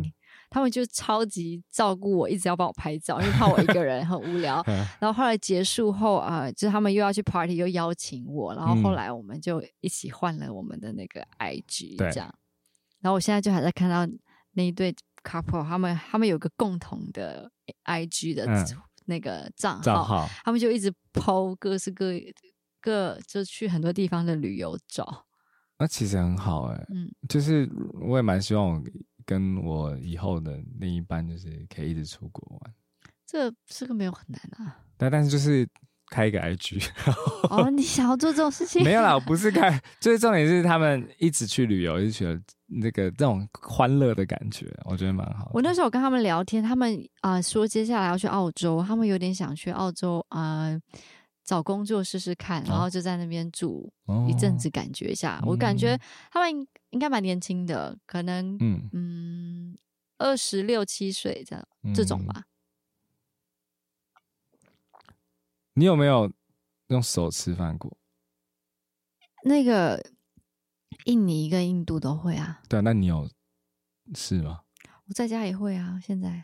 他们就超级照顾我，一直要帮我拍照，因为怕我一个人很无聊。然后后来结束后就是他们又要去 party， 又邀请我，然后后来我们就一起换了我们的那个 IG 这样。然后我现在就还在看到那一对 couple， 他们有个共同的 IG 的那个账号，他们就一直 po 各式各就去很多地方的旅游照。 那其实很好就是我也蛮希望我跟我以后的另一半就是可以一直出国玩。 这个没有很难啊， 但是就是开一个 IG 哦，你想要做这种事情？ 没有啦，我不是开，就是重点是他们一起去旅游，一起去这种欢乐的感觉，我觉得蛮好的。 我那时候跟他们聊天，他们说接下来要去澳洲，他们有点想去澳洲找工作试试看，然后就在那边住一阵子，感觉一下。我感觉他们应该蛮年轻的，可能26、7岁这种吧。 你有没有用手吃饭过？ 那个印尼跟印度都会啊。 对，那你有试吗？ 我在家也会啊，现在。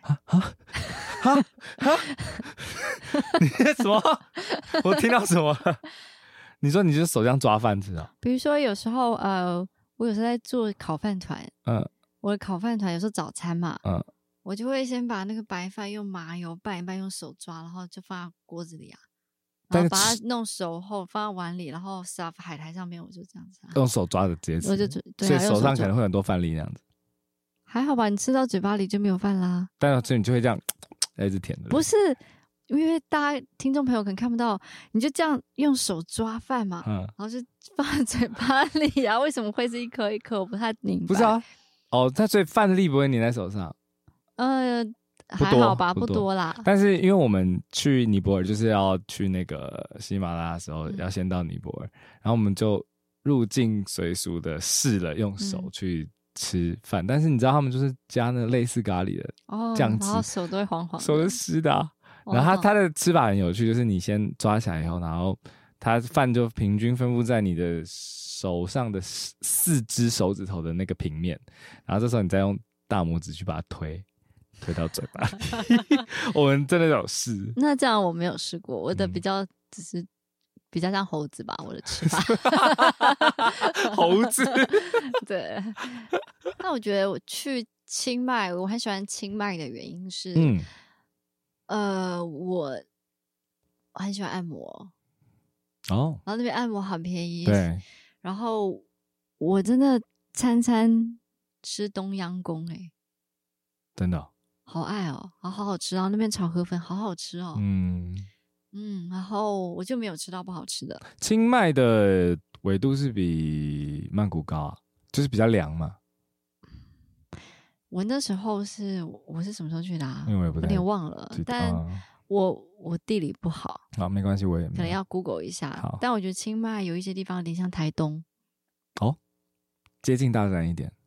你什么？我听到什么？你说你就是手这样抓饭吃啊？ 比如说有时候我有时候在做烤饭团，我的烤饭团有时候早餐嘛，我就会先把那个白饭用麻油拌一拌，用手抓，然后就放在锅子里啊，然后把它弄熟后放在碗里，然后 serve 海苔上面，我就这样子用手抓着直接吃，所以手上可能会很多饭粒那样子。 还好吧，你吃到嘴巴里就没有饭啦。 但是你就会这样一直舔的。 不是，因为大家听众朋友可能看不到，你就这样用手抓饭嘛，然后就放在嘴巴里啊。为什么会是一颗一颗？我不太明白。 不是啊，所以饭粒不会粘在手上。 还好吧，不多啦。 但是因为我们去尼泊尔就是要去那个喜马拉雅的时候，要先到尼泊尔，然后我们就入境随俗的试了用手去吃饭，但是你知道他们就是加那类似咖喱的酱汁， 然后手都会黄黄的， 手是湿的啊。然后它的吃法很有趣，就是你先抓起来以后，然后它饭就平均分布在你的手上的4只手指头的那个平面，然后这时候你再用大拇指去把它推到嘴巴里。我们真的有试。 那这样我没有试过，我的只是比较像猴子吧，我的吃法。 猴子。 对。那我觉得我去清迈，我很喜欢清迈的原因是，我很喜欢按摩然后那边按摩很便宜， 对。 然后我真的餐餐吃东阳宫真的好爱哦，好好吃啊！那边炒河粉好好吃哦。然后我就没有吃到不好吃的。 清迈的纬度是比曼谷高啊，就是比较凉嘛。 我那时候我是什么时候去的啊？ 因为我有点忘了，但我地理不好， 没关系，我也可能要 Google 一下。但我觉得清迈有一些地方有点像台东， 接近大自然一点。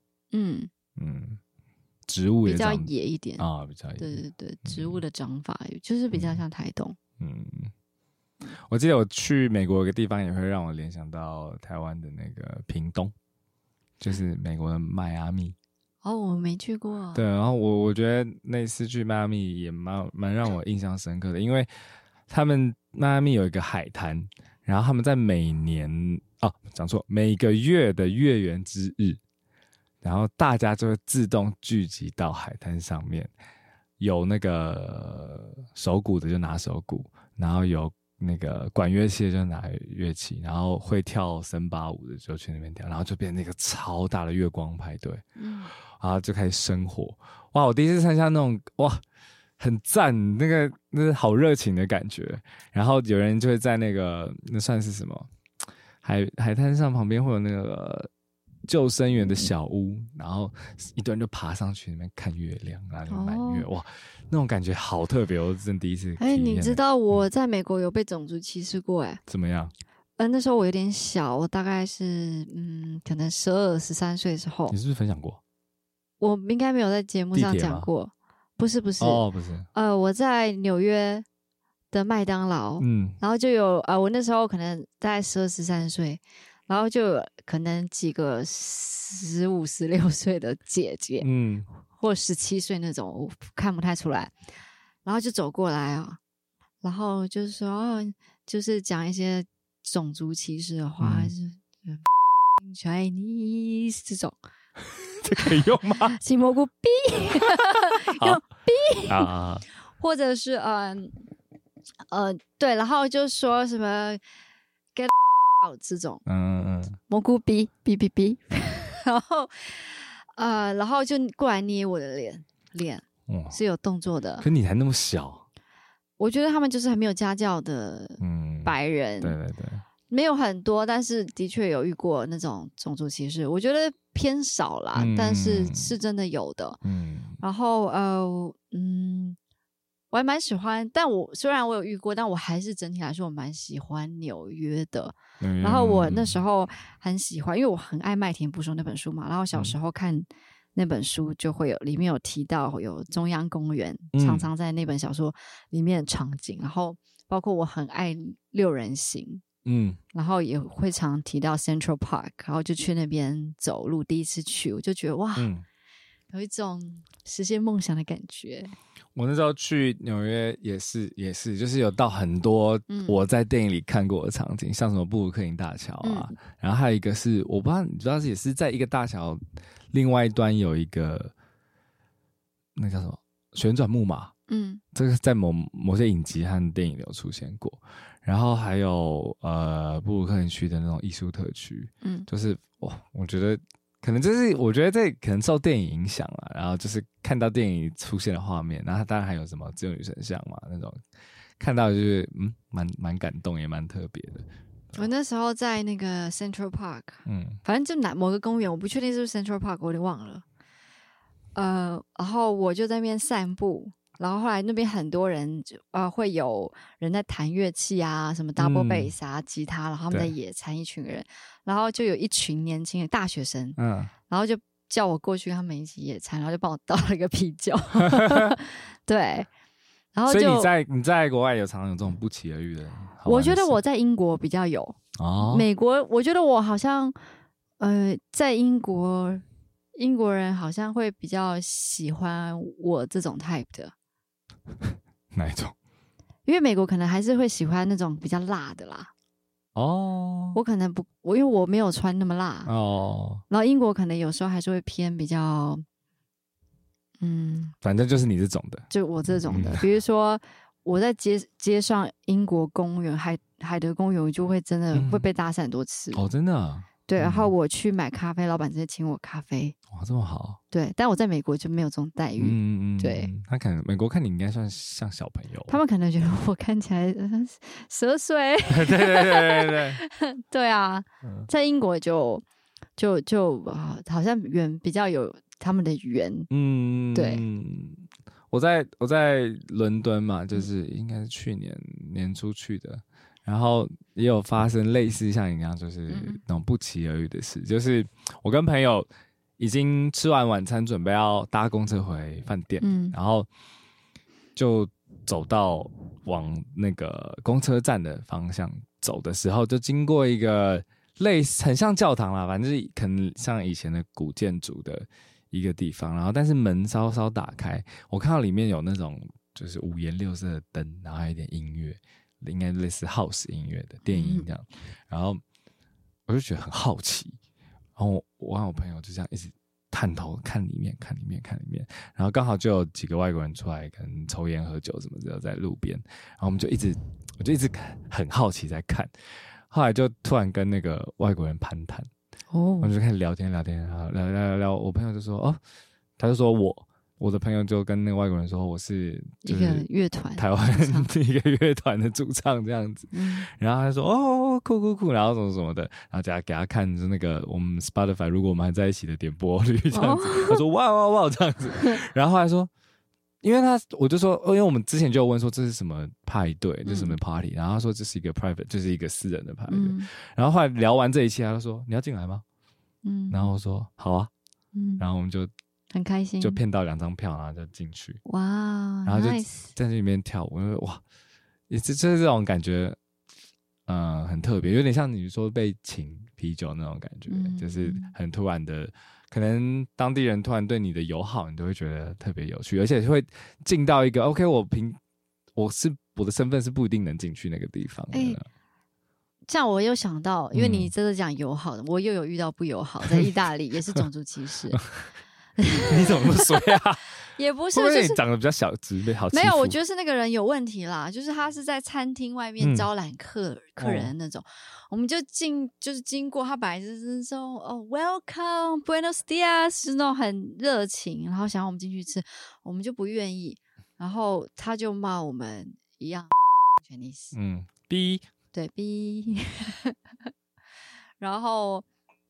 植物也比较野一点啊，比较野。 对对对，植物的长法就是比较像台东。 我记得我去美国有个地方也会让我联想到台湾的那个屏东，就是美国的迈阿密。 我没去过。 对，然后我觉得那次去迈阿密也蛮让我印象深刻的，因为他们迈阿密有一个海滩，然后他们在每个月的月圆之日，然后大家就会自动聚集到海滩上面，有那个手鼓的就拿手鼓，然后有那个管乐器的就拿乐器，然后会跳森巴舞的就去那边跳，然后就变成那个超大的月光派对，然后就开始生火。哇，我第一次参加那种很赞，那个好热情的感觉。然后有人就会在那算是什么海滩上旁边会有那个救生员的小屋，然后一堆人就爬上去那边看月亮，然后就满月。哇，那种感觉好特别，我真第一次体验。 你知道我在美国有被种族歧视过怎么样？ 那时候我有点小，我大概是可能12、13岁的时候。 你是不是分享过？ 我应该没有在节目上讲过。不是不是。 不是。 我在纽约的麦当劳，然后就有我那时候可能大概12、13岁， 然后就有可能几个15、16岁的姐姐，或17岁那种，我看不太出来。然后就走过来啊，然后就是说，就是讲一些种族歧视的话，就是Chinese 这种， 这可以用吗？ 青蘑菇 B， 用 B 啊， 或者是对，然后就说什么 get out 这种，蘑菇 B， 然后就过来捏我的脸是有动作的。 可你还那么小， 我觉得他们就是还没有家教的白人， 对对对， 没有很多，但是的确有遇过那种种族歧视，我觉得偏少啦，但是是真的有的。然后我还蛮喜欢，但我虽然我有遇过，但我还是整体来说我蛮喜欢纽约的。然后我那时候很喜欢，因为我很爱麦田捕手那本书嘛，然后小时候看那本书就会有里面有提到有中央公园，常常在那本小说里面的场景，然后包括我很爱6人行，然后也会常提到 Central Park， 然后就去那边走路，第一次去我就觉得哇，有一种实现梦想的感觉。 我那时候去纽约也是，就是有到很多我在电影里看过的场景，像什么布鲁克林大桥啊，然后还有一个是我不知道你知道，也是在一个大桥另外一端有一个那叫什么旋转木马，这个在某些影集和电影里有出现过。然后还有布鲁克林区的那种艺术特区，就是我觉得。可能就是我觉得这可能受电影影响了，然后就是看到电影出现的画面，然后当然还有什么自由女神像嘛那种，看到就是蛮感动，也蛮特别的。 我那时候在那个 Central Park， 反正就某个公园，我不确定是不是 Central Park， 我有点忘了。然后我就在那边散步，然后后来那边很多人会有人在弹乐器啊，什么 double bass 啊，吉他，然后他们在野餐，一群人。然后就有一群年轻的大学生，然后就叫我过去跟他们一起野餐，然后就帮我倒了一个啤酒，对，然后就所以你在国外有常常有这种不期而遇的， 我觉得我在英国比较有美国我觉得我好像在英国人好像会比较喜欢我这种 type 的， 哪一种？ 因为美国可能还是会喜欢那种比较辣的啦。我可能不，因为我没有穿那么辣然后英国可能有时候还是会偏比较， 反正就是你这种的， 就我这种的，比如说我在街上英国公园海德公园，我就会真的会被搭讪很多次真的啊。 对，然后我去买咖啡，老板直接请我咖啡， 哇，这么好。 对，但我在美国就没有这种待遇。对， 他可能美国看你应该算像小朋友， 他们可能觉得我看起来蛇水。 对对啊，在英国就好像比较有他们的缘。对。 我在伦敦嘛，就是应该是去年年初去的。然后也有发生类似像你一样，就是那种不期而遇的事，就是我跟朋友已经吃完晚餐，准备要搭公车回饭店，然后就走到往那个公车站的方向走的时候，就经过一个类似很像教堂啦，反正可能像以前的古建筑的一个地方，然后但是门稍稍打开，我看到里面有那种就是五颜六色的灯，然后还有一点音乐。应该类似 house 音乐的电音这样，然后我就觉得很好奇，然后我和我朋友就这样一直探头看里面，然后刚好就有几个外国人出来，可能抽烟喝酒什么的在路边，然后我就一直很好奇在看，后来就突然跟那个外国人攀谈，我就开始聊天，聊，我朋友就说他就说我的朋友就跟那个外国人说，我是一个乐团， 台湾一个乐团的主唱这样子，然后他说酷，然后什么什么的，然后给他看那个我们 Spotify 如果我们还在一起的点播率这样子，他说哇这样子，然后后来说，因为我就说，因为我们之前就有问说这是什么派对，这是什么 party，然后他说这是一个 private， 就是一个私人的派对，然后后来聊完这一切，他就说你要进来吗？然后我说好啊，然后我们就。 很开心， 就骗到2张票，然后就进去， 哇， 然后就在这里面跳舞，哇，就是这种感觉，很特别，有点像你说被啤酒那种感觉，就是很突然的，可能当地人突然对你的友好，你都会觉得特别有趣，而且会进到一个 OK， 我的身份是不一定能进去那个地方的。 这样我又想到，因为你真的讲友好的，我又有遇到不友好，在意大利也是种族歧视。 你怎么那么衰啊？ 也不是， 就是你长得比较小只，被好欺负。 没有，我觉得是那个人有问题啦，就是他是在餐厅外面招揽客人的那种，我们就是经过，他本来就是说welcome Buenos Dias， 是那种很热情，然后想要我们进去吃，我们就不愿意，然后他就骂我们一样全意思， 逼， 对逼，然后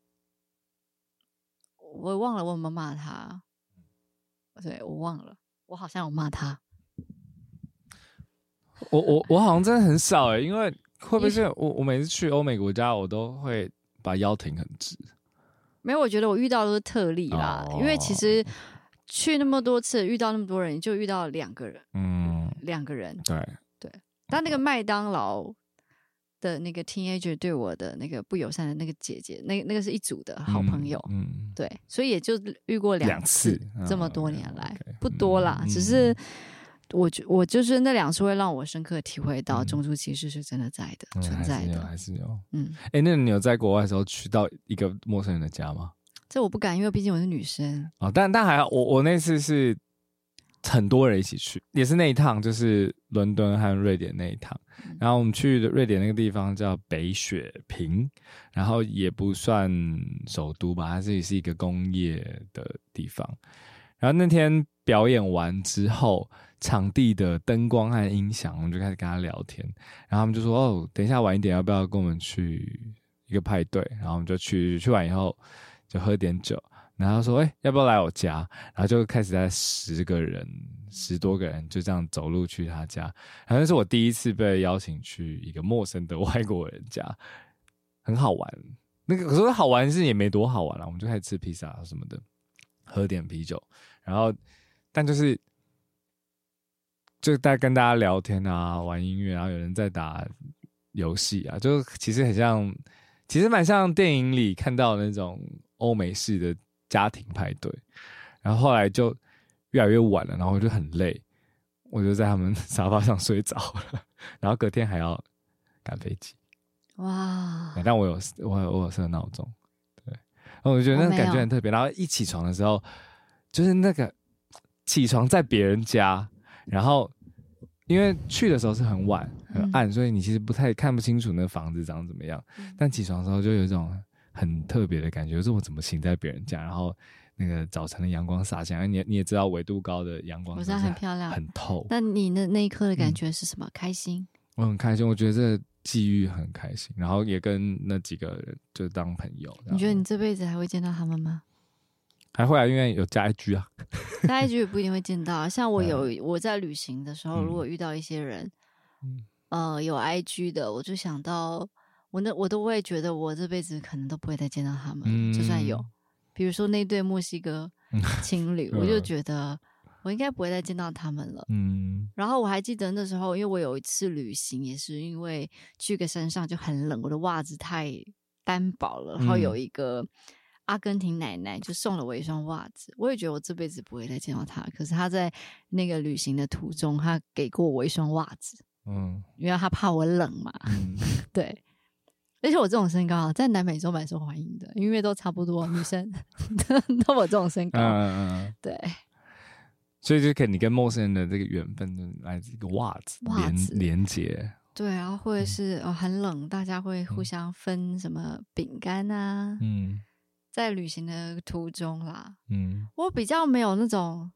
我忘了我有没有骂他。对，我忘了，我好像有骂他。 我好像真的很少因为会不会是我每次去欧美国家，我都会把腰挺很直。 没有，我觉得我遇到的都是特例啦，因为其实去那么多次，遇到那么多人，就遇到2个人，2个人，对。但那个麦当劳的那个 teenager 对我的那个不友善的那个姐姐，那个是一组的好朋友，对，所以也就遇过2次，这么多年来不多啦，只是我就是那2次会让我深刻体会到种族歧视是真的在的，存在的， 还是有。那你有在国外的时候去到一个陌生人的家吗？ 这我不敢，因为毕竟我是女生。 但还好，我那次是很多人一起去，也是那一趟，就是伦敦和瑞典那一趟。然后我们去的瑞典那个地方叫北雪平，然后也不算首都吧，它是一个工业的地方。然后那天表演完之后，场地的灯光和音响，我们就开始跟他聊天。然后他们就说：“等一下晚一点，要不要跟我们去一个派对？”然后我们就去完以后就喝点酒。然后他说：“要不要来我家？”然后就开始在10多个人就这样走路去他家。然后那是我第一次被邀请去一个陌生的外国人家，很好玩。那个可是好玩是也没多好玩啦，我们就开始吃披萨什么的，喝点啤酒，然后但就在跟大家聊天啊，玩音乐，然后有人在打游戏啊，就其实蛮像电影里看到的那种欧美式的家庭派对。然后后来就越来越晚了，然后我就很累，我就在他们沙发上睡着了，然后隔天还要赶飞机。哇！但我有设闹钟，对，然后我就觉得那个感觉很特别。然后一起床的时候，就是那个起床在别人家，然后因为去的时候是很晚很暗，所以你其实不太看不清楚那房子长怎么样。但起床的时候就有一种很特别的感觉，就是我怎么醒在别人家，然后那个早晨的阳光洒下来，你也知道纬度高的阳光， 我知道很漂亮， 很透。 那你的那一刻的感觉是什么？开心？ 我很开心，我觉得这际遇很开心，然后也跟那几个人就当朋友。 你觉得你这辈子还会见到他们吗？ 还会啊，因为有加 IG 啊， 加 IG 也不一定会见到。像我在旅行的时候，如果遇到一些人，有 IG 的，我就想到我都会觉得我这辈子可能都不会再见到他们，就算有，比如说那对墨西哥情侣，我就觉得我应该不会再见到他们了。然后我还记得那时候，因为我有一次旅行，也是因为去个山上就很冷，我的袜子太单薄了，然后有一个阿根廷奶奶就送了我一双袜子，我也觉得我这辈子不会再见到她，可是她在那个旅行的途中，她给过我一双袜子，因为她怕我冷嘛，对。而且我这种身高在南美洲蛮受欢迎的，因为都差不多，女生都我这种身高，对。 所以就你跟陌生人的这个缘分来自一个袜子连结， 对，然后或者是很冷，大家会互相分什么饼干啊，在旅行的途中啦，我比较没有那种，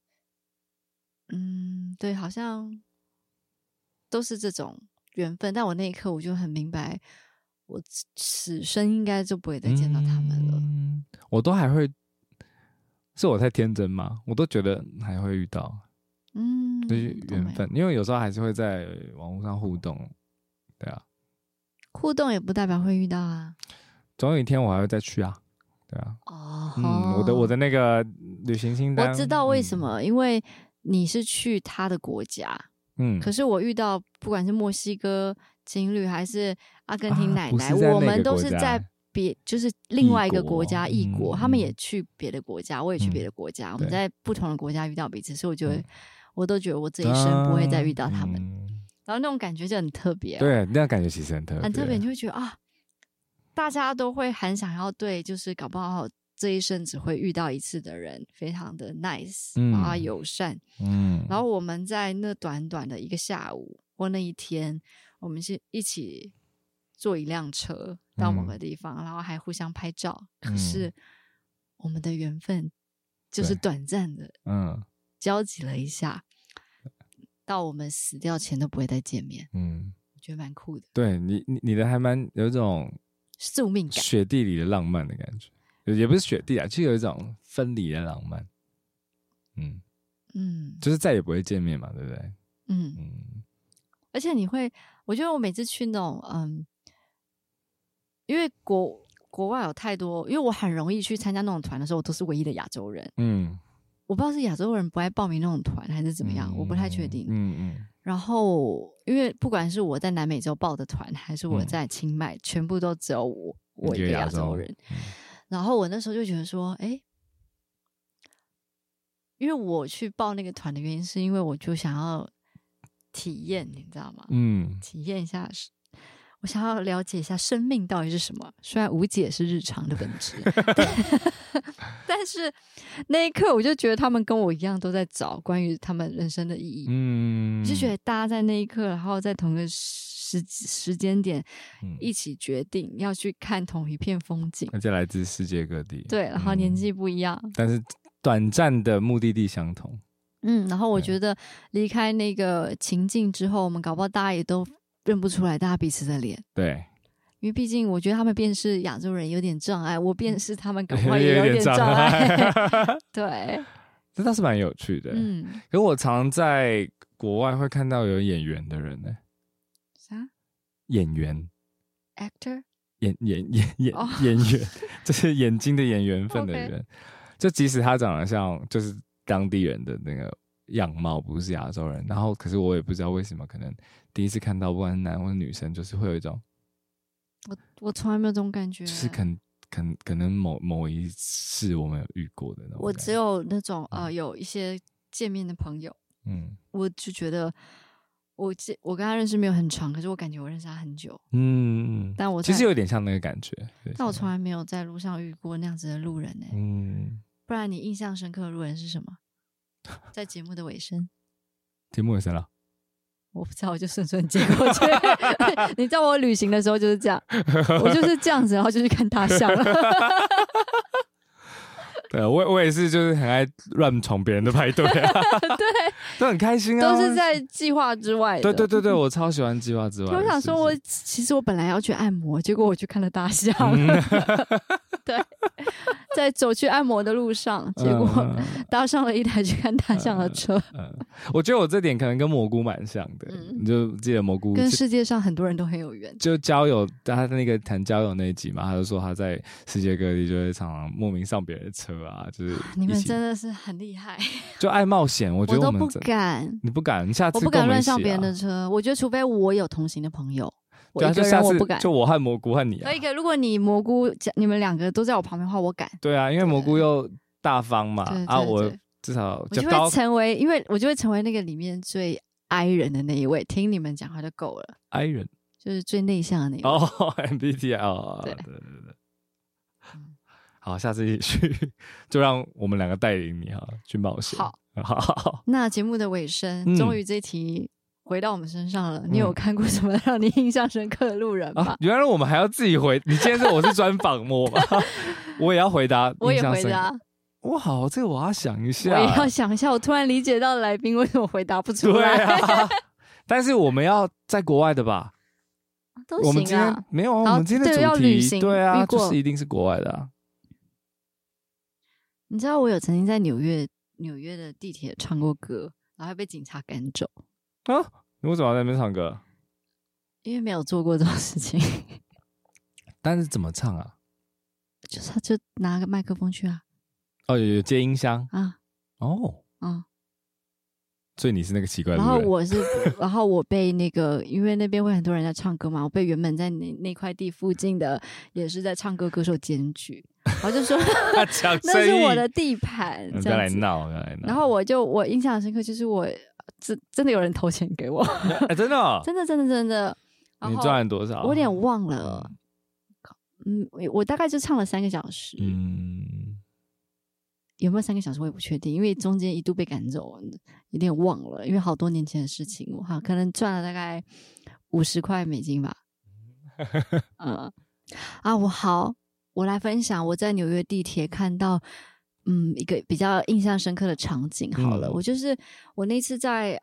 对，好像都是这种缘分，但我那一刻我就很明白，我此生应该就不会再见到他们了。 我都还会，是我太天真吗？我都觉得还会遇到，就是缘分，因为有时候还是会在网络上互动，对啊， 互动也不代表会遇到啊， 总有一天我还会再去啊，对啊，我的那个旅行清单， 我知道为什么，因为你是去他的国家，可是我遇到不管是墨西哥情侣还是阿根廷奶奶，我们都是在就是另外一个国家异国国，他们也去别的国家，我也去别的国家，我们在不同的国家遇到彼此，所以我都觉得我这一生不会再遇到他们。然后那种感觉就很特别， 对，那感觉其实很特别， 很特别，你就会觉得啊，大家都会很想要对，就是搞不好这一生只会遇到一次的人，非常的 nice，然后友善，然后我们在那短短的一个下午或那一天，我们是一起坐一辆车到某个地方，然后还互相拍照，可是我们的缘分就是短暂的，交集了一下。到我们死掉前都不会再见面，我觉得蛮酷的。对你的还蛮有一种宿命感， 雪地里的浪漫的感觉，也不是雪地啊，就有一种分离的浪漫。就是再也不会见面嘛，对不对？ 而且我觉得我每次去那种因为国外有太多，因为我很容易去参加那种团的时候，我都是唯一的亚洲人。我不知道是亚洲人不爱报名那种团还是怎么样，我不太确定。然后因为不管是我在南美洲报的团，还是我在清迈，全部都只有我一个亚洲人。然后我那时候就觉得说，因为我去报那个团的原因，是因为我就想要体验，你知道吗？体验一下，我想要了解一下生命到底是什么。虽然无解是日常的本质，但是那一刻我就觉得他们跟我一样都在找关于他们人生的意义。就觉得大家在那一刻，然后在同一个时间点一起决定要去看同一片风景， 而且来自世界各地。 对，然后年纪不一样， 但是短暂的目的地相同。 然后我觉得离开那个情境之后，我们搞不好大家也都认不出来大家彼此的脸。 对， 因为毕竟我觉得他们辨识亚洲人有点障碍，我辨识他们搞不好也有点障碍。对， 这倒是蛮有趣的。可是我常在国外会看到有演员的人呢。 啥？ 演员 ？actor？ 演员，就是眼睛的演缘分的人。Okay. 就即使他长得像就是当地人的那个样貌，不是亚洲人，然后可是我也不知道为什么，可能第一次看到不管是男或女生，就是会有一种我从来没有这种感觉， 就是可能某一世我们有遇过的那种。 我只有那种有一些见面的朋友，我就觉得我跟他认识没有很长，可是我感觉我认识他很久。但我其实有点像那个感觉， 但我从来没有在路上遇过那样子的路人呢。不然你印象深刻的路人是什么？在节目的尾声， 节目尾声了， 我不知道，我就顺接过去。你知道我旅行的时候就是这样，我就是这样子，然后就去看大象了。 对，我也是，就是很爱乱闯别人的派对啊， 对， 都很开心啊， 都是在计划之外的。 对，我超喜欢计划之外的。 我想说其实我本来要去按摩，结果我去看了大象。对，在走去按摩的路上，结果搭上了一台去看大象的车。 我觉得我这点可能跟蘑菇蛮像的，你就记得蘑菇跟世界上很多人都很有缘。 就交友，他那个谈交友那一集嘛，他就说他在世界各地就会常常莫名上别人的车啊，就是你们真的是很厉害， 就爱冒险。我觉得我都不敢， 你不敢，你下次我不敢乱上别人的车。我觉得除非我有同行的朋友。我一个人我不敢， 就我和蘑菇和你啊。 可以，如果你蘑菇你们两个都在我旁边的话，我敢。 对啊，因为蘑菇又大方嘛，我至少我就会成为，因为我就会成为那个里面最 I 人的那一位，听你们讲话就够了。 I 人就是最内向的那一位。 MBTI 对。好，下次一起去，就让我们两个带领你去冒险。好。那节目的尾声，终于这一题。回到我们身上了，你有看过什么让你印象深刻的路人吗？原来我们还要自己回，你今天我是专访我吗？我也要回答，我也回答。哇，好，这个我要想一下，我也要想一下。我突然理解到来宾为什么回答不出来。对啊，但是我们要在国外的吧？都行啊。我们今天没有啊，我们今天的主题对啊，就是一定是国外的啊。你知道我有曾经在纽约的地铁唱过歌，然后还被警察赶走。啊！你为什么要在那边唱歌？因为没有做过这种事情。但是怎么唱啊？就拿个麦克风去啊。哦，有接音箱啊。哦。 所以你是那个奇怪的然路人。 然后我被那个，因为那边会很多人在唱歌嘛，我被原本在那块地附近的也是在唱歌歌手检举，然后就说那是我的地盘， 不要来闹，不要来闹。 然后我印象很深刻，就是我真的有人投钱给我， 真的、哦， 真的。 你赚了多少？ 我有点忘了。我大概就唱了3个小时。有没有3个小时我也不确定，因为中间一度被赶走，有点忘了，因为好多年前的事情，我可能赚了大概50块美金吧。我来分享我在纽约地铁看到一个比较印象深刻的场景好了。我那次在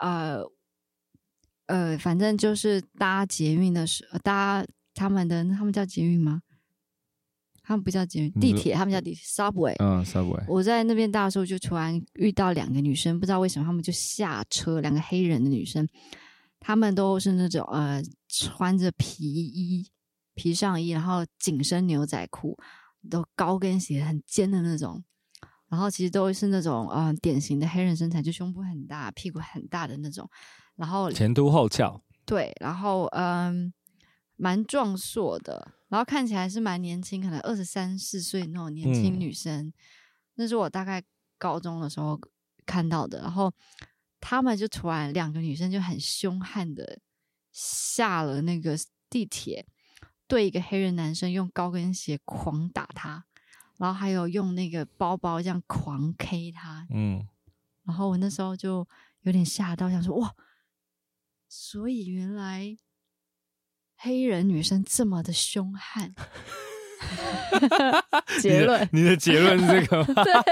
反正就是搭捷运的时候，搭他们叫捷运吗？他们不叫捷运，地铁，他们叫地铁 Subway。 Subway。 我在那边搭的时候，就突然遇到2个女生，不知道为什么他们就下车，2个黑人的女生，她们都是那种穿着皮上衣，然后紧身牛仔裤，都高跟鞋很尖的那种，然后其实都是那种典型的黑人身材，就胸部很大，屁股很大的那种，然后前凸后翘， 对，然后蛮壮硕的，然后看起来是蛮年轻，可能23、24岁那种年轻女生。那是我大概高中的时候看到的。然后他们就突然2个女生就很凶悍的下了那个地铁，对一个黑人男生用高跟鞋狂打他，然后还有用那个包包这样狂 K 他。然后我那时候就有点吓到，想说哇，所以原来黑人女生这么的凶悍。结论， 你的结论是这个吗？ 对，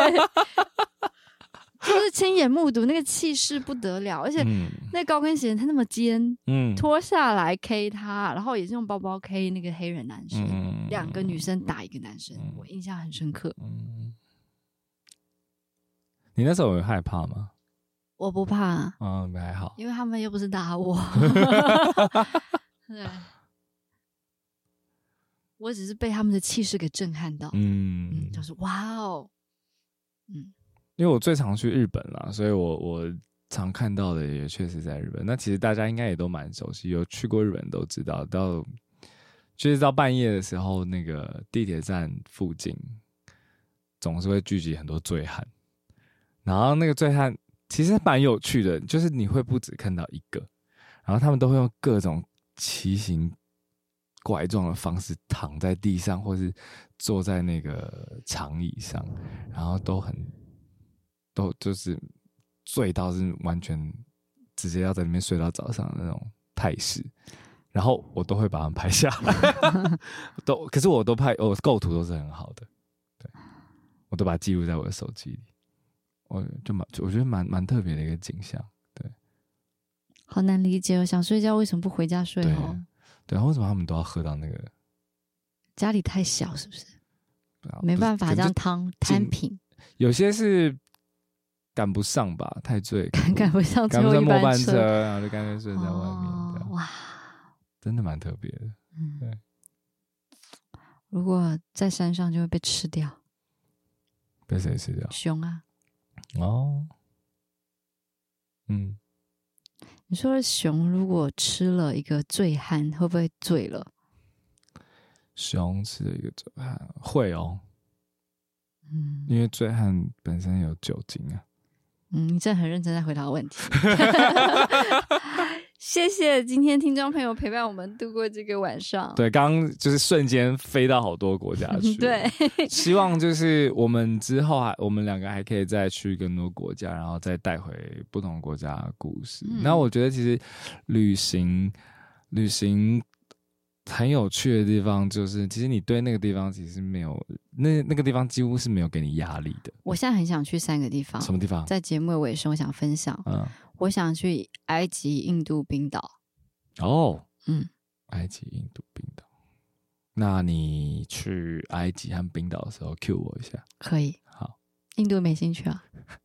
就是亲眼目睹那个气势不得了，而且那高跟鞋它那么尖，脱下来 K 他，然后也是用包包 K 那个黑人男生，2个女生打1个男生，我印象很深刻。 你那时候有害怕吗？ 我不怕， 还好， 因为他们又不是打我。对，我只是被他们的气势给震撼到。就是哇哦， 因为我最常去日本啦，所以我常看到的也确实在日本。那其实大家应该也都蛮熟悉，有去过日本都知道，就是到半夜的时候，那个地铁站附近总是会聚集很多醉汉，然后那个醉汉其实蛮有趣的，就是你会不只看到一个，然后他们都会用各种奇形怪状的方式躺在地上，或是坐在那个长椅上，然后都就是醉到是完全直接要在那边睡到早上的那种态势，然后我都会把他们拍下来。可是我构图都是很好的，对，我都把它记录在我的手机里。我觉得蛮特别的一个景象，对。 好难理解，我想睡觉为什么不回家睡哦？ 对，为什么他们都要喝到那个？ 家里太小是不是？没办法这样摊平。 有些是赶不上吧，太醉， 赶不上最后一班车，然后就干脆睡在外面。 哇， 真的蛮特别的。对， 如果在山上就会被吃掉。 被谁吃掉？ 熊啊。你说熊如果吃了一个醉汉，会不会醉了？ 熊吃了一个醉汉会哦，因为醉汉本身有酒精啊。 你真的很认真在回答问题。谢谢今天听众朋友陪伴我们度过这个晚上。 对，刚刚就是瞬间飞到好多国家去。 对， 希望就是我们之后我们2个还可以再去更多国家，然后再带回不同国家的故事。那我觉得其实旅行很有趣的地方就是，其实你对那个地方其实没有那个地方几乎是没有给你压力的。 我现在很想去3个地方。 什么地方？在节目的尾声，我想分享。我想去埃及、印度、冰岛。 埃及、印度、冰岛。那你去埃及和冰岛的时候 cue 我一下。 可以。 好。 印度没兴趣啊？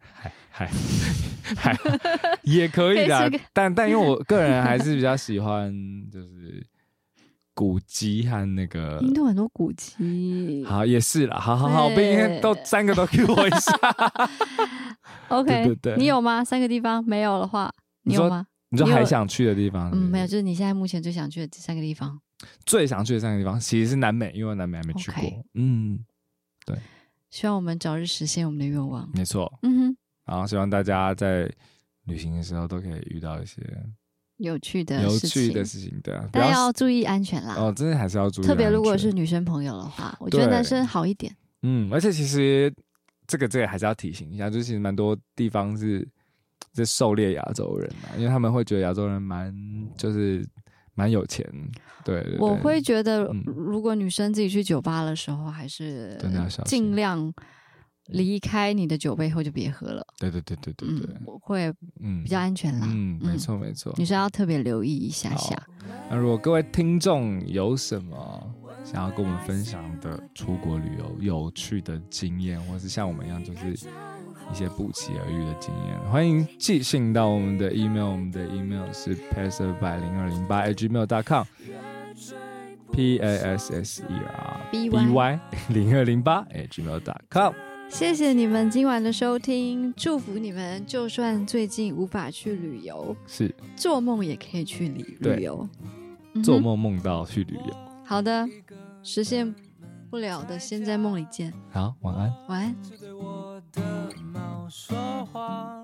还也可以的，但因为我个人还是比较喜欢就是古迹和那个印度很多古迹。 好，也是啦。好，不应该都3个都 cue 我一下。 OK， 对对对， 你有吗？3个地方没有的话，你有吗？ 你说还想去的地方是不是？ 没有，就是你现在目前最想去的这3个地方。 最想去的3个地方其实是南美，因为我南美还没去过。 Okay. 对， 希望我们早日实现我们的愿望。 没错。然后希望大家在旅行的时候都可以遇到一些有趣的事情，对啊， 但要注意安全啦。 真的还是要注意安全， 特别如果是女生朋友的话，我觉得男生好一点。 而且其实这个还是要提醒一下，就是其实蛮多地方是狩猎亚洲人因为他们会觉得亚洲人蛮有钱。对， 我会觉得如果女生自己去酒吧的时候，还是尽量离开你的酒杯后就别喝了。 对， 会比较安全啦。 没错， 女生要特别留意一下。 那如果各位听众有什么想要跟我们分享的出国旅游有趣的经验，或是像我们一样就是一些不期而遇的经验，欢迎寄信到我们的 email， 我们的 email 是 passerby0208@gmail.com passerby0208@gmail.com。 谢谢你们今晚的收听，祝福你们，就算最近无法去旅游， 是做梦也可以去旅游， 做梦到去旅游。 好的，实现不了的，先在梦里见。 好，晚安。 晚安。